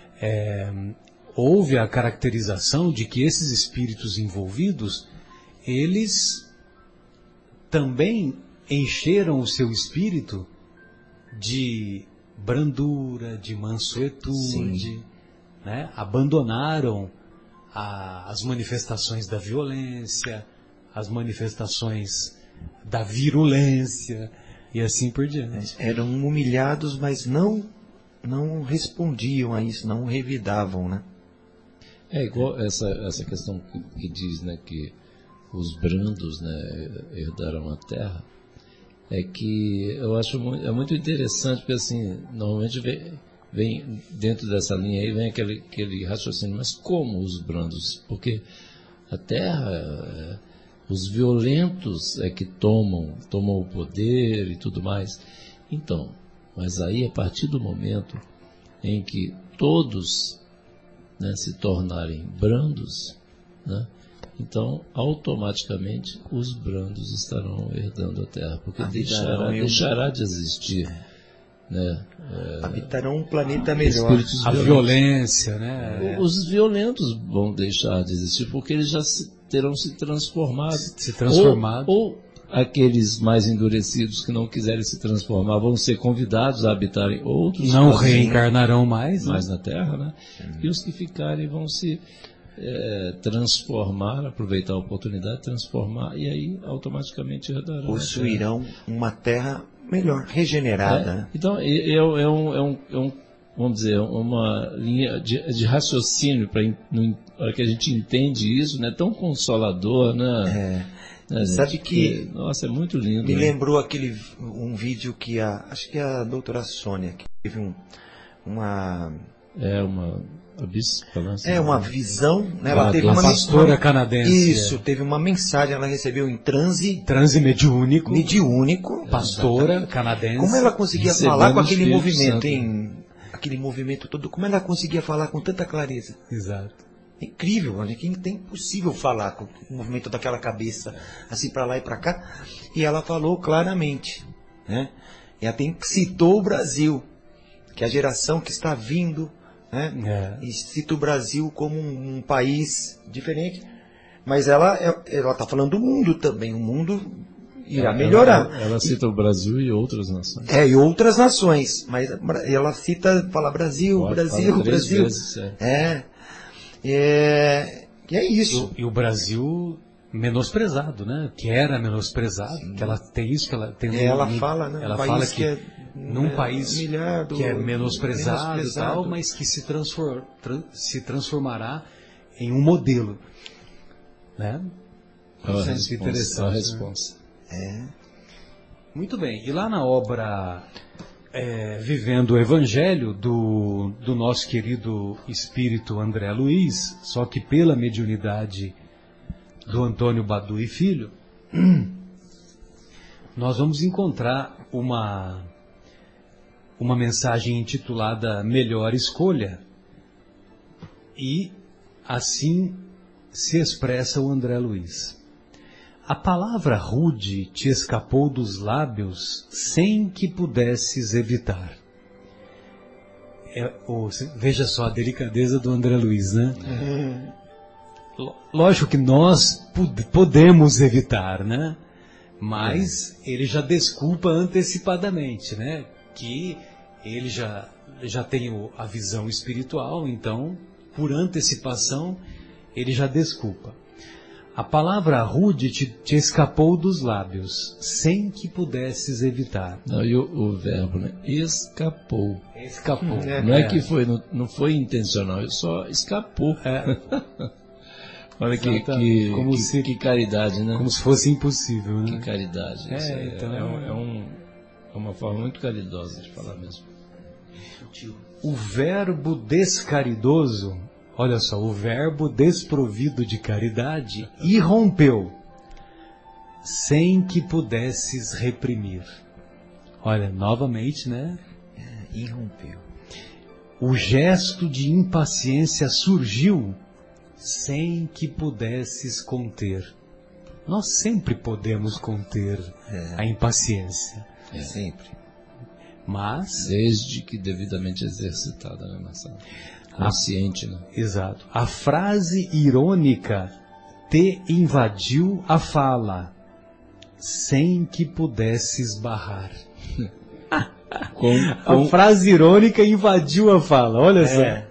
Houve a caracterização de que esses espíritos envolvidos, eles também encheram o seu espírito de brandura, de mansuetude, né? Abandonaram as manifestações da violência, as manifestações da virulência e assim por diante. Eram humilhados, mas não respondiam a isso, não revidavam, né? É igual essa questão que diz, né, que os brandos, né, herdaram a terra. É que eu acho muito interessante, porque assim, normalmente vem dentro dessa linha aí, vem aquele raciocínio, mas como os brandos? Porque a terra, os violentos é que tomam o poder e tudo mais. Então, mas aí a partir do momento em que todos, né, se tornarem brandos, né, então automaticamente os brandos estarão herdando a terra, porque deixará de existir, né, habitarão um planeta melhor. A violência, né? Os violentos vão deixar de existir porque eles já terão se transformado. Ou aqueles mais endurecidos que não quiserem se transformar vão ser convidados a habitarem outros. Não reencarnarão mais na Terra, né? E os que ficarem vão se transformar, aproveitar a oportunidade, transformar, e aí automaticamente herdarão. Possuirão uma terra melhor, regenerada. Né? Então, vamos dizer, uma linha de raciocínio para que a gente entende isso, né? Tão consolador, né? Sabe que nossa, é muito lindo. Me lembrou um vídeo que acho que a doutora Sônia, que teve uma bispa, né? Uma visão, né? Ela teve uma pastora canadense. Isso, teve uma mensagem, ela recebeu em transe mediúnico, pastora canadense. Como ela conseguia falar com aquele movimento, aquele movimento todo, como ela conseguia falar com tanta clareza? Exato. É incrível, olha, que é impossível falar com o movimento daquela cabeça, assim para lá e para cá. E ela falou claramente, né? E até citou o Brasil, que é a geração que está vindo, né? E cita o Brasil como um país diferente. Mas ela está falando do mundo também, o mundo irá melhorar. Ela cita o Brasil e outras nações. E outras nações, mas ela fala Brasil, Brasil, Brasil. Vezes, E é isso. E o Brasil menosprezado, né? Que era menosprezado, que ela tem isso, que ela tem. Ela fala, né? Ela fala que num país que é menosprezado e tal, mas que se transformará em um modelo, né? Interessante. A resposta. Muito bem. E lá na obra Vivendo o Evangelho do nosso querido espírito André Luiz, só que pela mediunidade do Antônio Badu e Filho, nós vamos encontrar uma uma mensagem intitulada Melhor Escolha. E assim se expressa o André Luiz. A palavra rude te escapou dos lábios sem que pudesses evitar. Veja só a delicadeza do André Luiz, né? Lógico que nós podemos evitar, né? Mas ele já desculpa antecipadamente, né? Que ele já tem a visão espiritual, então, por antecipação, ele já desculpa. A palavra rude te escapou dos lábios, sem que pudesses evitar. Não, e o verbo, né? Escapou. Escapou. Não é que foi, não foi intencional, só escapou. Olha que caridade, né? Como se fosse impossível, né? Que caridade. Então, é uma forma muito caridosa de falar mesmo. O verbo descaridoso, olha só, o verbo desprovido de caridade irrompeu, sem que pudesses reprimir. Olha, novamente, né? Irrompeu. O gesto de impaciência surgiu, sem que pudesses conter. Nós sempre podemos conter a impaciência. Sempre. Mas... Desde que devidamente exercitada, né, Marcelo? Consciente, né? Exato. A frase irônica te invadiu a fala, sem que pudesses barrar. A frase irônica invadiu a fala, olha só.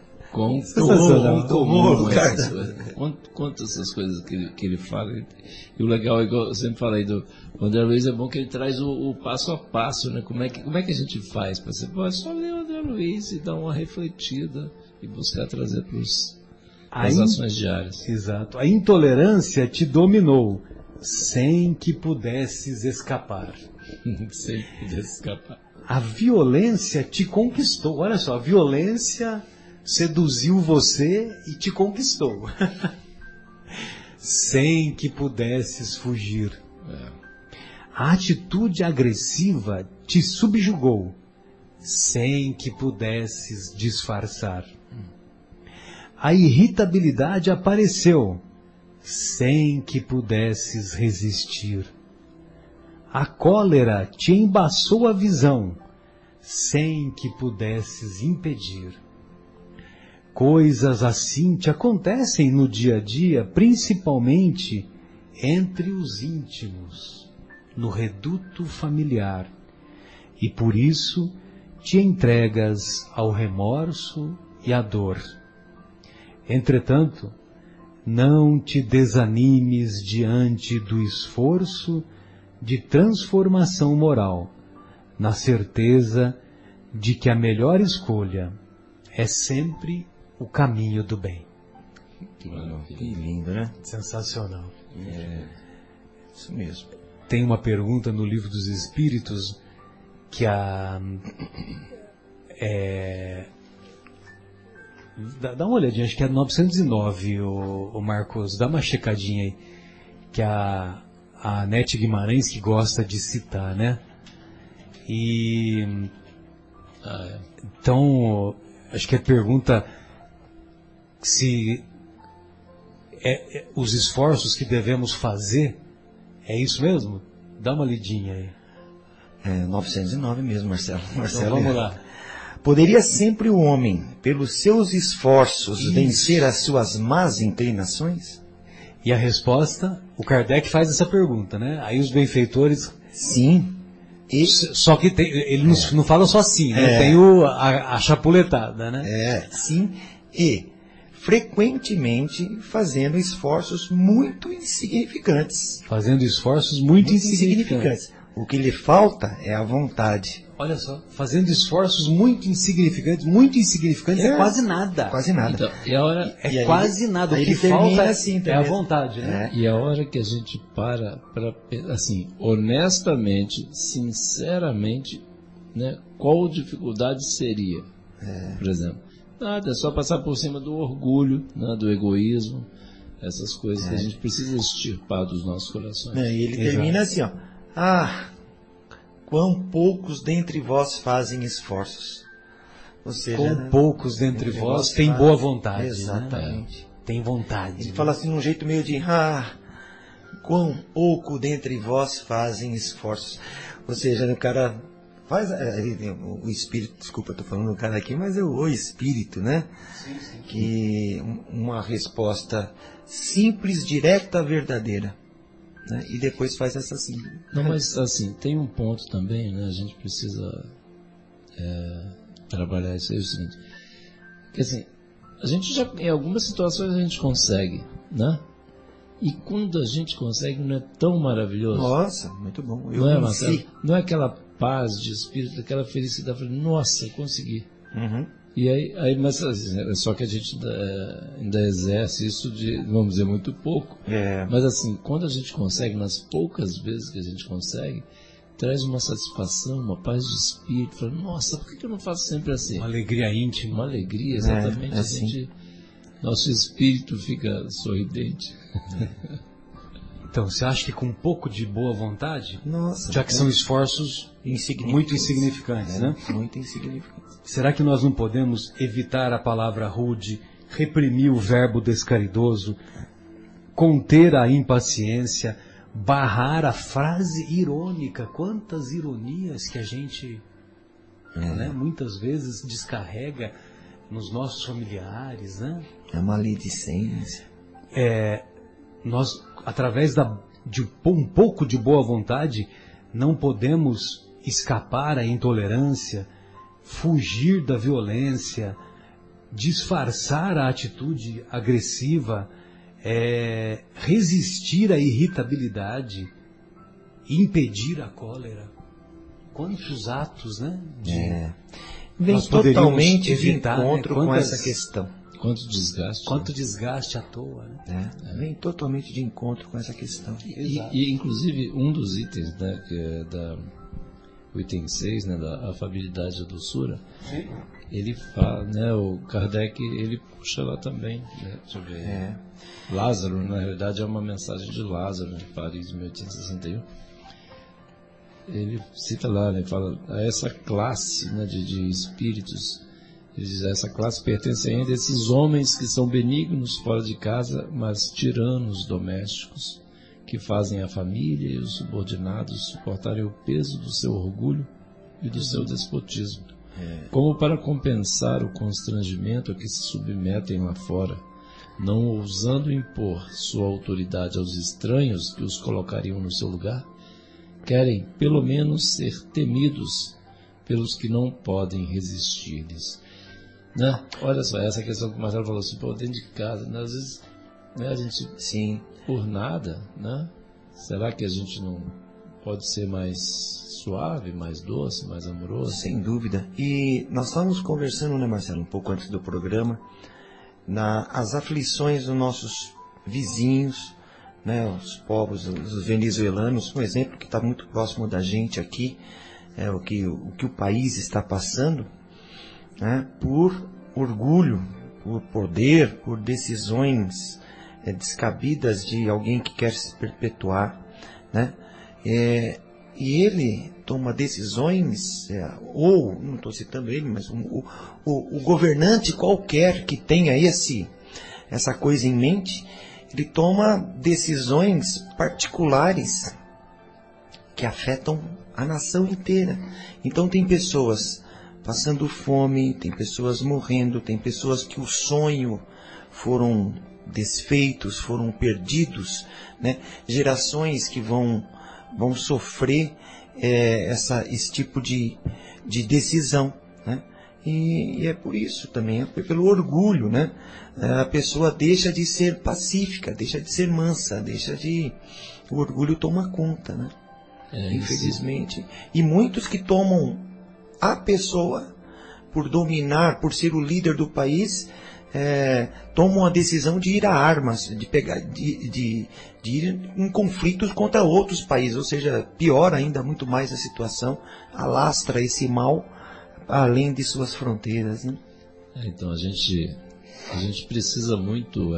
Conta essas coisas que ele fala. E o legal, igual eu sempre falei do André Luiz, é bom que ele traz o passo a passo, né? Como é que a gente faz para ser? É só ler o André Luiz e dar uma refletida e buscar trazer para as ações diárias. Exato. A intolerância te dominou, sem que pudesses escapar. Sem que pudesse escapar. A violência te conquistou. Olha só, a violência seduziu você e te conquistou. Sem que pudesses fugir. A atitude agressiva te subjugou, sem que pudesses disfarçar. A irritabilidade apareceu, sem que pudesses resistir. A cólera te embaçou a visão, sem que pudesses impedir. Coisas assim te acontecem no dia a dia, principalmente entre os íntimos, no reduto familiar, e por isso te entregas ao remorso e à dor. Entretanto, não te desanimes diante do esforço de transformação moral, na certeza de que a melhor escolha é sempre o caminho do bem. Que lindo, né? Sensacional. Isso mesmo. Tem uma pergunta no Livro dos Espíritos que dá uma olhadinha, acho que é 909, o Marcos, dá uma checadinha aí, que a Nete Guimarães que gosta de citar, né? Então, acho que a pergunta se os esforços que devemos fazer, é isso mesmo? Dá uma lidinha aí. 909 mesmo, Marcelo. Então, vamos lá. Poderia sempre o homem, pelos seus esforços, vencer as suas más inclinações? E a resposta, o Kardec faz essa pergunta, né? Aí os benfeitores... Sim. Só que ele não fala só assim, né? Tem a chapuletada, né? Sim. E, frequentemente, fazendo esforços muito insignificantes. Fazendo esforços muito insignificantes. O que lhe falta é a vontade. Olha só, fazendo esforços muito insignificantes é quase nada. Quase nada. Então, e a hora, quase nada. O que falta é a vontade, né? E a hora que a gente para, assim, honestamente, sinceramente, né, qual dificuldade seria? Por exemplo, nada, é só passar por cima do orgulho, né, do egoísmo, essas coisas que a gente precisa extirpar dos nossos corações. E ele termina assim, ó. quão poucos dentre vós fazem esforços. Ou seja, Com poucos dentre vós tem boa vontade. Exatamente. Né? Tem vontade. Ele fala assim, num jeito meio de, quão pouco dentre vós fazem esforços. Ou seja, o cara faz, o espírito, desculpa, estou falando do cara aqui, mas é o espírito, né? Sim, sim. Que uma resposta simples, direta, verdadeira. Né? E depois faz essa assim. Não, mas assim, tem um ponto também, né? A gente precisa trabalhar isso aí, é o seguinte, que assim, a gente já, em algumas situações a gente consegue, né? E quando a gente consegue, não é tão maravilhoso. Nossa, muito bom. Não é, Marcelo? Não é aquela paz de espírito, aquela felicidade, nossa, eu consegui. Uhum. E aí, mas assim, só que a gente ainda exerce isso de, vamos dizer, muito pouco. Mas assim, quando a gente consegue, nas poucas vezes que a gente consegue, traz uma satisfação, uma paz de espírito. Fala, nossa, por que eu não faço sempre assim? Uma alegria íntima. Uma alegria, exatamente. Assim. Nosso espírito fica sorridente. Então, você acha que com um pouco de boa vontade, nossa, já que são esforços muito insignificantes, né? Muito insignificantes. Será que nós não podemos evitar a palavra rude, reprimir o verbo descaridoso, conter a impaciência, barrar a frase irônica? Quantas ironias que a gente muitas vezes descarrega nos nossos familiares, né? É uma maledicência. Nós, através de um pouco de boa vontade, não podemos escapar à intolerância, fugir da violência, disfarçar a atitude agressiva, resistir à irritabilidade, impedir a cólera. Quantos atos, né? Vem totalmente de encontro com essa questão. Quanto desgaste. Quanto desgaste à toa. Né? Vem totalmente de encontro com essa questão. E inclusive, um dos itens, né, que é o item 6, né, da afabilidade e doçura, ele fala, né, o Kardec, ele puxa lá também, né, deixa eu ver. Lázaro, na realidade, é uma mensagem de Lázaro, em Paris, 1861. Ele cita lá, né, fala, a essa classe, né, de espíritos, ele diz, essa classe pertence ainda a esses homens que são benignos fora de casa, mas tiranos domésticos, que fazem a família e os subordinados suportarem o peso do seu orgulho e do seu despotismo, como para compensar o constrangimento a que se submetem lá fora, não ousando impor sua autoridade aos estranhos que os colocariam no seu lugar, querem pelo menos ser temidos pelos que não podem resistir-lhes. Né? Olha só, essa questão que o Marcelo falou assim, dentro de casa, né? Às vezes, né, a gente, sim, por nada, né? Será que a gente não pode ser mais suave, mais doce, mais amoroso? Sem dúvida. E nós estávamos conversando, né, Marcelo, um pouco antes do programa, as aflições dos nossos vizinhos, né, os povos, os venezuelanos, um exemplo que está muito próximo da gente aqui, o que o país está passando, né, por orgulho, por poder, por decisões descabidas de alguém que quer se perpetuar, né? E ele toma decisões, ou, não estou citando ele, mas o governante qualquer que tenha essa coisa em mente, ele toma decisões particulares que afetam a nação inteira. Então tem pessoas passando fome, tem pessoas morrendo, tem pessoas que o sonho foram desfeitos, foram perdidos, né? Gerações que vão sofrer esse tipo de decisão, né? E é por isso também, é pelo orgulho, né? A pessoa deixa de ser pacífica, deixa de ser mansa, o orgulho toma conta, né? Infelizmente. E muitos que tomam a pessoa por dominar, por ser o líder do país, tomam a decisão de ir a armas, de ir em conflitos contra outros países, ou seja, piora ainda muito mais a situação, alastra esse mal além de suas fronteiras, né? Então a gente precisa muito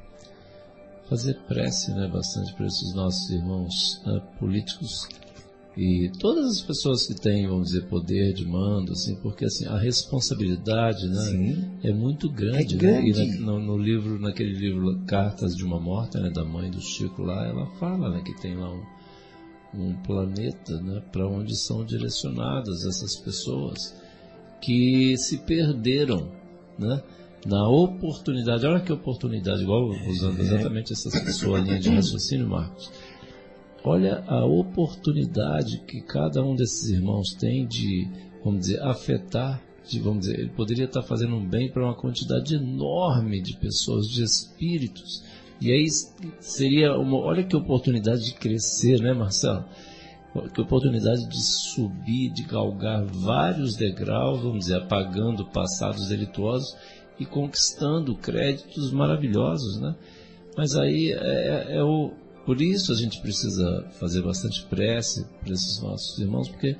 fazer prece, né, bastante para esses nossos irmãos políticos E todas as pessoas que têm, vamos dizer, poder de mando, assim, porque assim, a responsabilidade, né, é muito grande. É grande. Né? E naquele livro Cartas de uma Morta, né, da mãe do Chico lá, ela fala, né, que tem lá um planeta, né, para onde são direcionadas essas pessoas que se perderam, né, na oportunidade. Olha que oportunidade, igual usando exatamente essa sua linha de raciocínio, Marcos. Olha a oportunidade que cada um desses irmãos tem de, vamos dizer, afetar, vamos dizer, ele poderia estar fazendo um bem para uma quantidade enorme de pessoas, de espíritos. E aí seria olha que oportunidade de crescer, né, Marcelo? Que oportunidade de subir, de galgar vários degraus, vamos dizer, apagando passados delituosos e conquistando créditos maravilhosos, né? Mas aí por isso a gente precisa fazer bastante prece para esses nossos irmãos, porque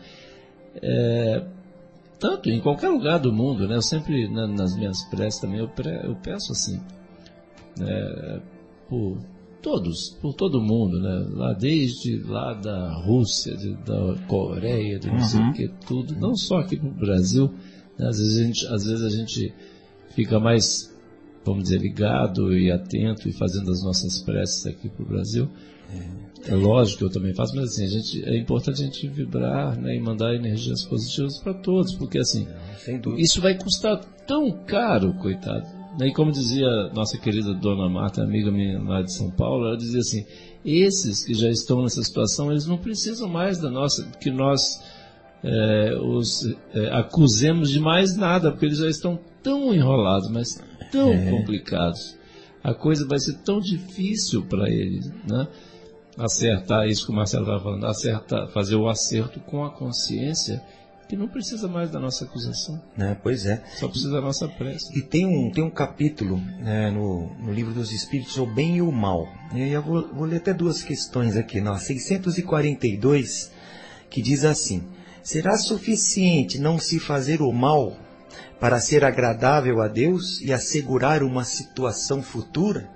tanto em qualquer lugar do mundo, né? Eu sempre, nas minhas preces também, eu peço assim, né, por todo mundo, né? Desde lá da Rússia, da Coreia, de não sei o que, tudo, não só aqui no Brasil, né? Às vezes a gente fica mais, vamos dizer, ligado e atento e fazendo as nossas preces aqui para o Brasil. É lógico que eu também faço, mas assim, é importante a gente vibrar, né, e mandar energias positivas para todos, porque assim, isso vai custar tão caro, coitado. E como dizia nossa querida Dona Marta, amiga minha lá de São Paulo, ela dizia assim, esses que já estão nessa situação, eles não precisam mais que nós os acusemos de mais nada, porque eles já estão tão enrolados, mas tão complicados. A coisa vai ser tão difícil para eles, né? Acertar isso que o Marcelo estava falando, fazer o acerto com a consciência, que não precisa mais da nossa acusação. Pois é. Só precisa da nossa prece. E tem um capítulo no Livro dos Espíritos, o bem e o mal. E eu vou ler até duas questões aqui, 642, que diz assim: será suficiente não se fazer o mal para ser agradável a Deus e assegurar uma situação futura?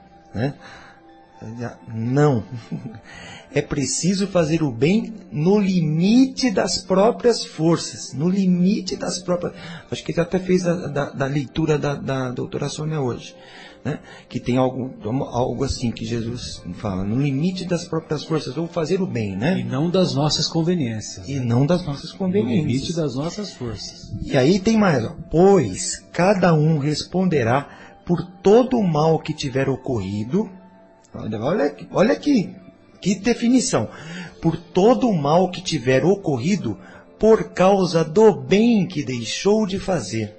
Não. É preciso fazer o bem no limite das próprias forças. No limite das próprias... Acho que ele até fez da leitura da doutora Sônia hoje. Né? Que tem algo assim que Jesus fala. No limite das próprias forças. Ou fazer o bem, né? E não das nossas conveniências. E não das nossas conveniências. No limite das nossas forças. E aí tem mais. Pois cada um responderá por todo o mal que tiver ocorrido. Olha aqui, que definição. Por todo o mal que tiver ocorrido por causa do bem que deixou de fazer.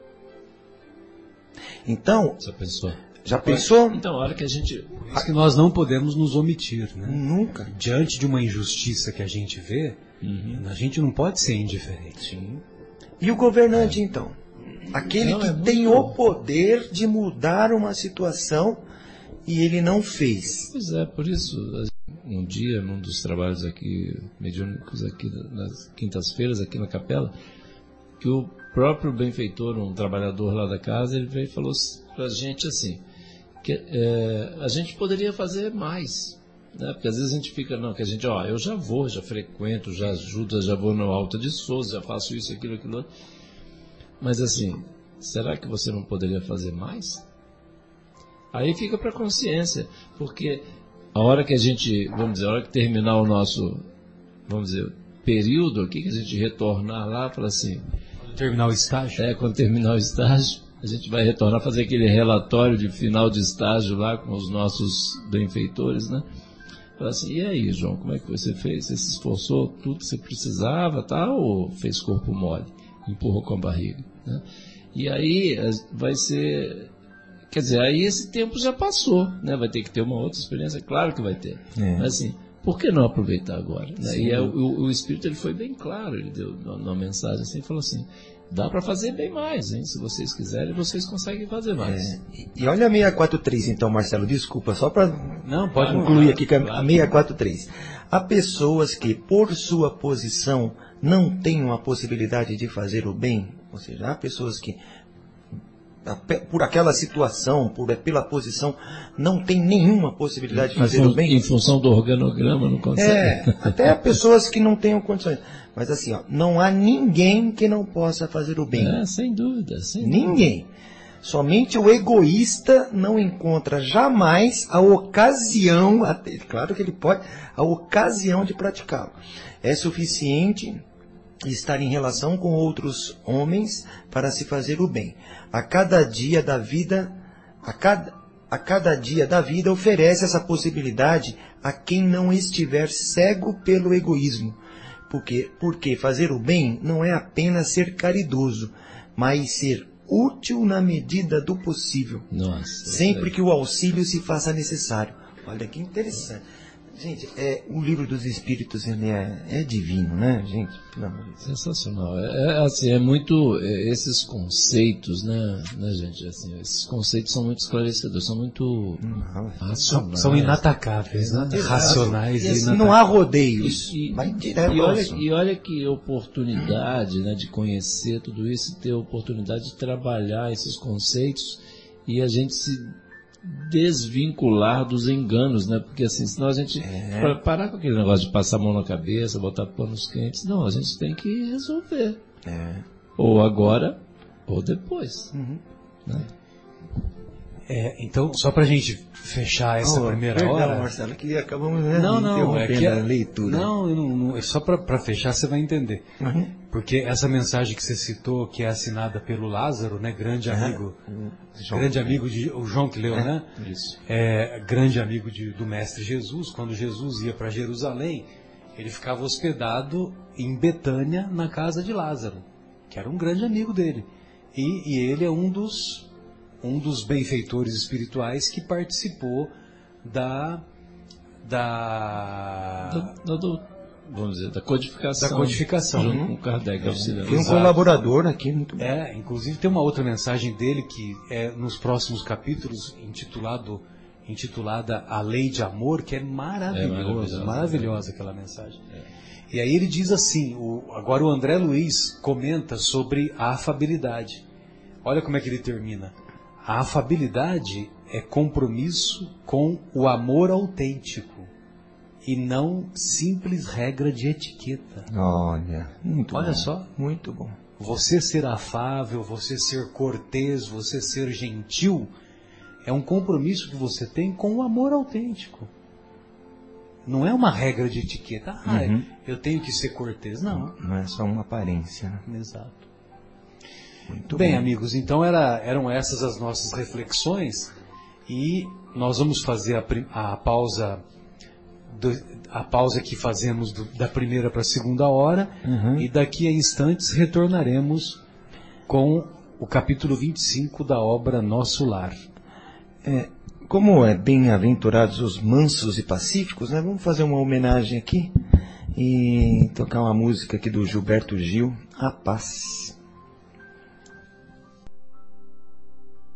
Então, já pensou? Então, a hora que a gente... Por isso que nós não podemos nos omitir, né? Nunca. Diante de uma injustiça que a gente vê, a gente não pode ser indiferente. E o governante, então? Aquele que tem o poder de mudar uma situação e ele não fez. Pois é, por isso, um dia, num dos trabalhos aqui, mediúnicos aqui, nas quintas-feiras, aqui na capela, que o próprio benfeitor, um trabalhador lá da casa, ele veio e falou pra gente assim, que a gente poderia fazer mais, né? Porque às vezes a gente fica, que a gente, eu já frequento, já ajudo, já vou no Alta de Souza, já faço isso, aquilo, outro. Mas assim, será que você não poderia fazer mais? Aí fica para a consciência, porque a hora que a gente, vamos dizer, a hora que terminar o nosso, vamos dizer, período aqui, que a gente retornar lá, fala assim... Quando terminar o estágio? Quando terminar o estágio, a gente vai retornar, fazer aquele relatório de final de estágio lá com os nossos benfeitores, né? Fala assim, e aí, João, como é que você fez? Você se esforçou tudo que você precisava, tá? Ou fez corpo mole? Empurrou com a barriga, né? E aí vai ser... Quer dizer, aí esse tempo já passou, né? Vai ter que ter uma outra experiência, claro que vai ter. Mas assim, por que não aproveitar agora? Né? E o Espírito ele foi bem claro, ele deu uma mensagem assim, falou assim, dá para fazer bem mais, hein? Se vocês quiserem, vocês conseguem fazer mais. E olha a 643 então, Marcelo, desculpa, só para pode concluir aqui com a 643. Há pessoas que, por sua posição, não têm uma possibilidade de fazer o bem, ou seja, há pessoas que por aquela situação, pela posição, não tem nenhuma possibilidade de fazer o bem. Em função do organograma, não consegue. Até pessoas que não tenham condições. Mas assim, não há ninguém que não possa fazer o bem. Sem dúvida. Ninguém. Somente o egoísta não encontra jamais a ocasião, claro que ele pode, a ocasião de praticá-lo. É suficiente estar em relação com outros homens para se fazer o bem. A cada dia da vida oferece essa possibilidade a quem não estiver cego pelo egoísmo. Porque fazer o bem não é apenas ser caridoso, mas ser útil na medida do possível. Nossa, sempre que o auxílio se faça necessário. Olha que interessante. Gente, o livro dos Espíritos, ele é divino, né, gente? Pelo amor de Deus. Sensacional. É muito esses conceitos, né, gente? Assim, esses conceitos são muito esclarecedores, são muito racionais. São inatacáveis, né? Racionais e inatacáveis. Não há rodeios. Vai direto ao assunto. E olha que oportunidade, né, de conhecer tudo isso, ter a oportunidade de trabalhar esses conceitos e a gente se desvincular dos enganos, né? Porque assim, senão a gente parar com aquele negócio de passar a mão na cabeça, botar panos quentes, não, a gente tem que resolver. Ou agora, ou depois. Né? Então, só pra gente fechar essa primeira hora... Marcelo, que acabamos interrompendo a leitura. Não, só pra fechar você vai entender. Porque essa mensagem que você citou, que é assinada pelo Lázaro, né, grande amigo de o João que leu, né? Isso. Grande amigo do Mestre Jesus. Quando Jesus ia para Jerusalém, ele ficava hospedado em Betânia, na casa de Lázaro, que era um grande amigo dele. E ele é um dos benfeitores espirituais que participou vamos dizer, da codificação. Junto com Kardec. Foi um colaborador aqui, muito bom. Inclusive tem uma outra mensagem dele que é nos próximos capítulos, intitulada A Lei de Amor, que é maravilhosa aquela mensagem. E aí ele diz assim, agora o André Luiz comenta sobre a afabilidade. Olha como é que ele termina. A afabilidade é compromisso com o amor autêntico e não simples regra de etiqueta. Olha bom. Só. Muito bom. Você ser afável, você ser cortês, você ser gentil, é um compromisso que você tem com o amor autêntico. Não é uma regra de etiqueta. Eu tenho que ser cortês. Não. Não é só uma aparência. Né? Exato. Muito bem, bom. amigos, então eram essas as nossas reflexões e nós vamos fazer a pausa que fazemos da primeira para a segunda hora e daqui a instantes retornaremos com o capítulo 25 da obra Nosso Lar. Como é bem-aventurados os mansos e pacíficos, né? Vamos fazer uma homenagem aqui e tocar uma música aqui do Gilberto Gil, A Paz.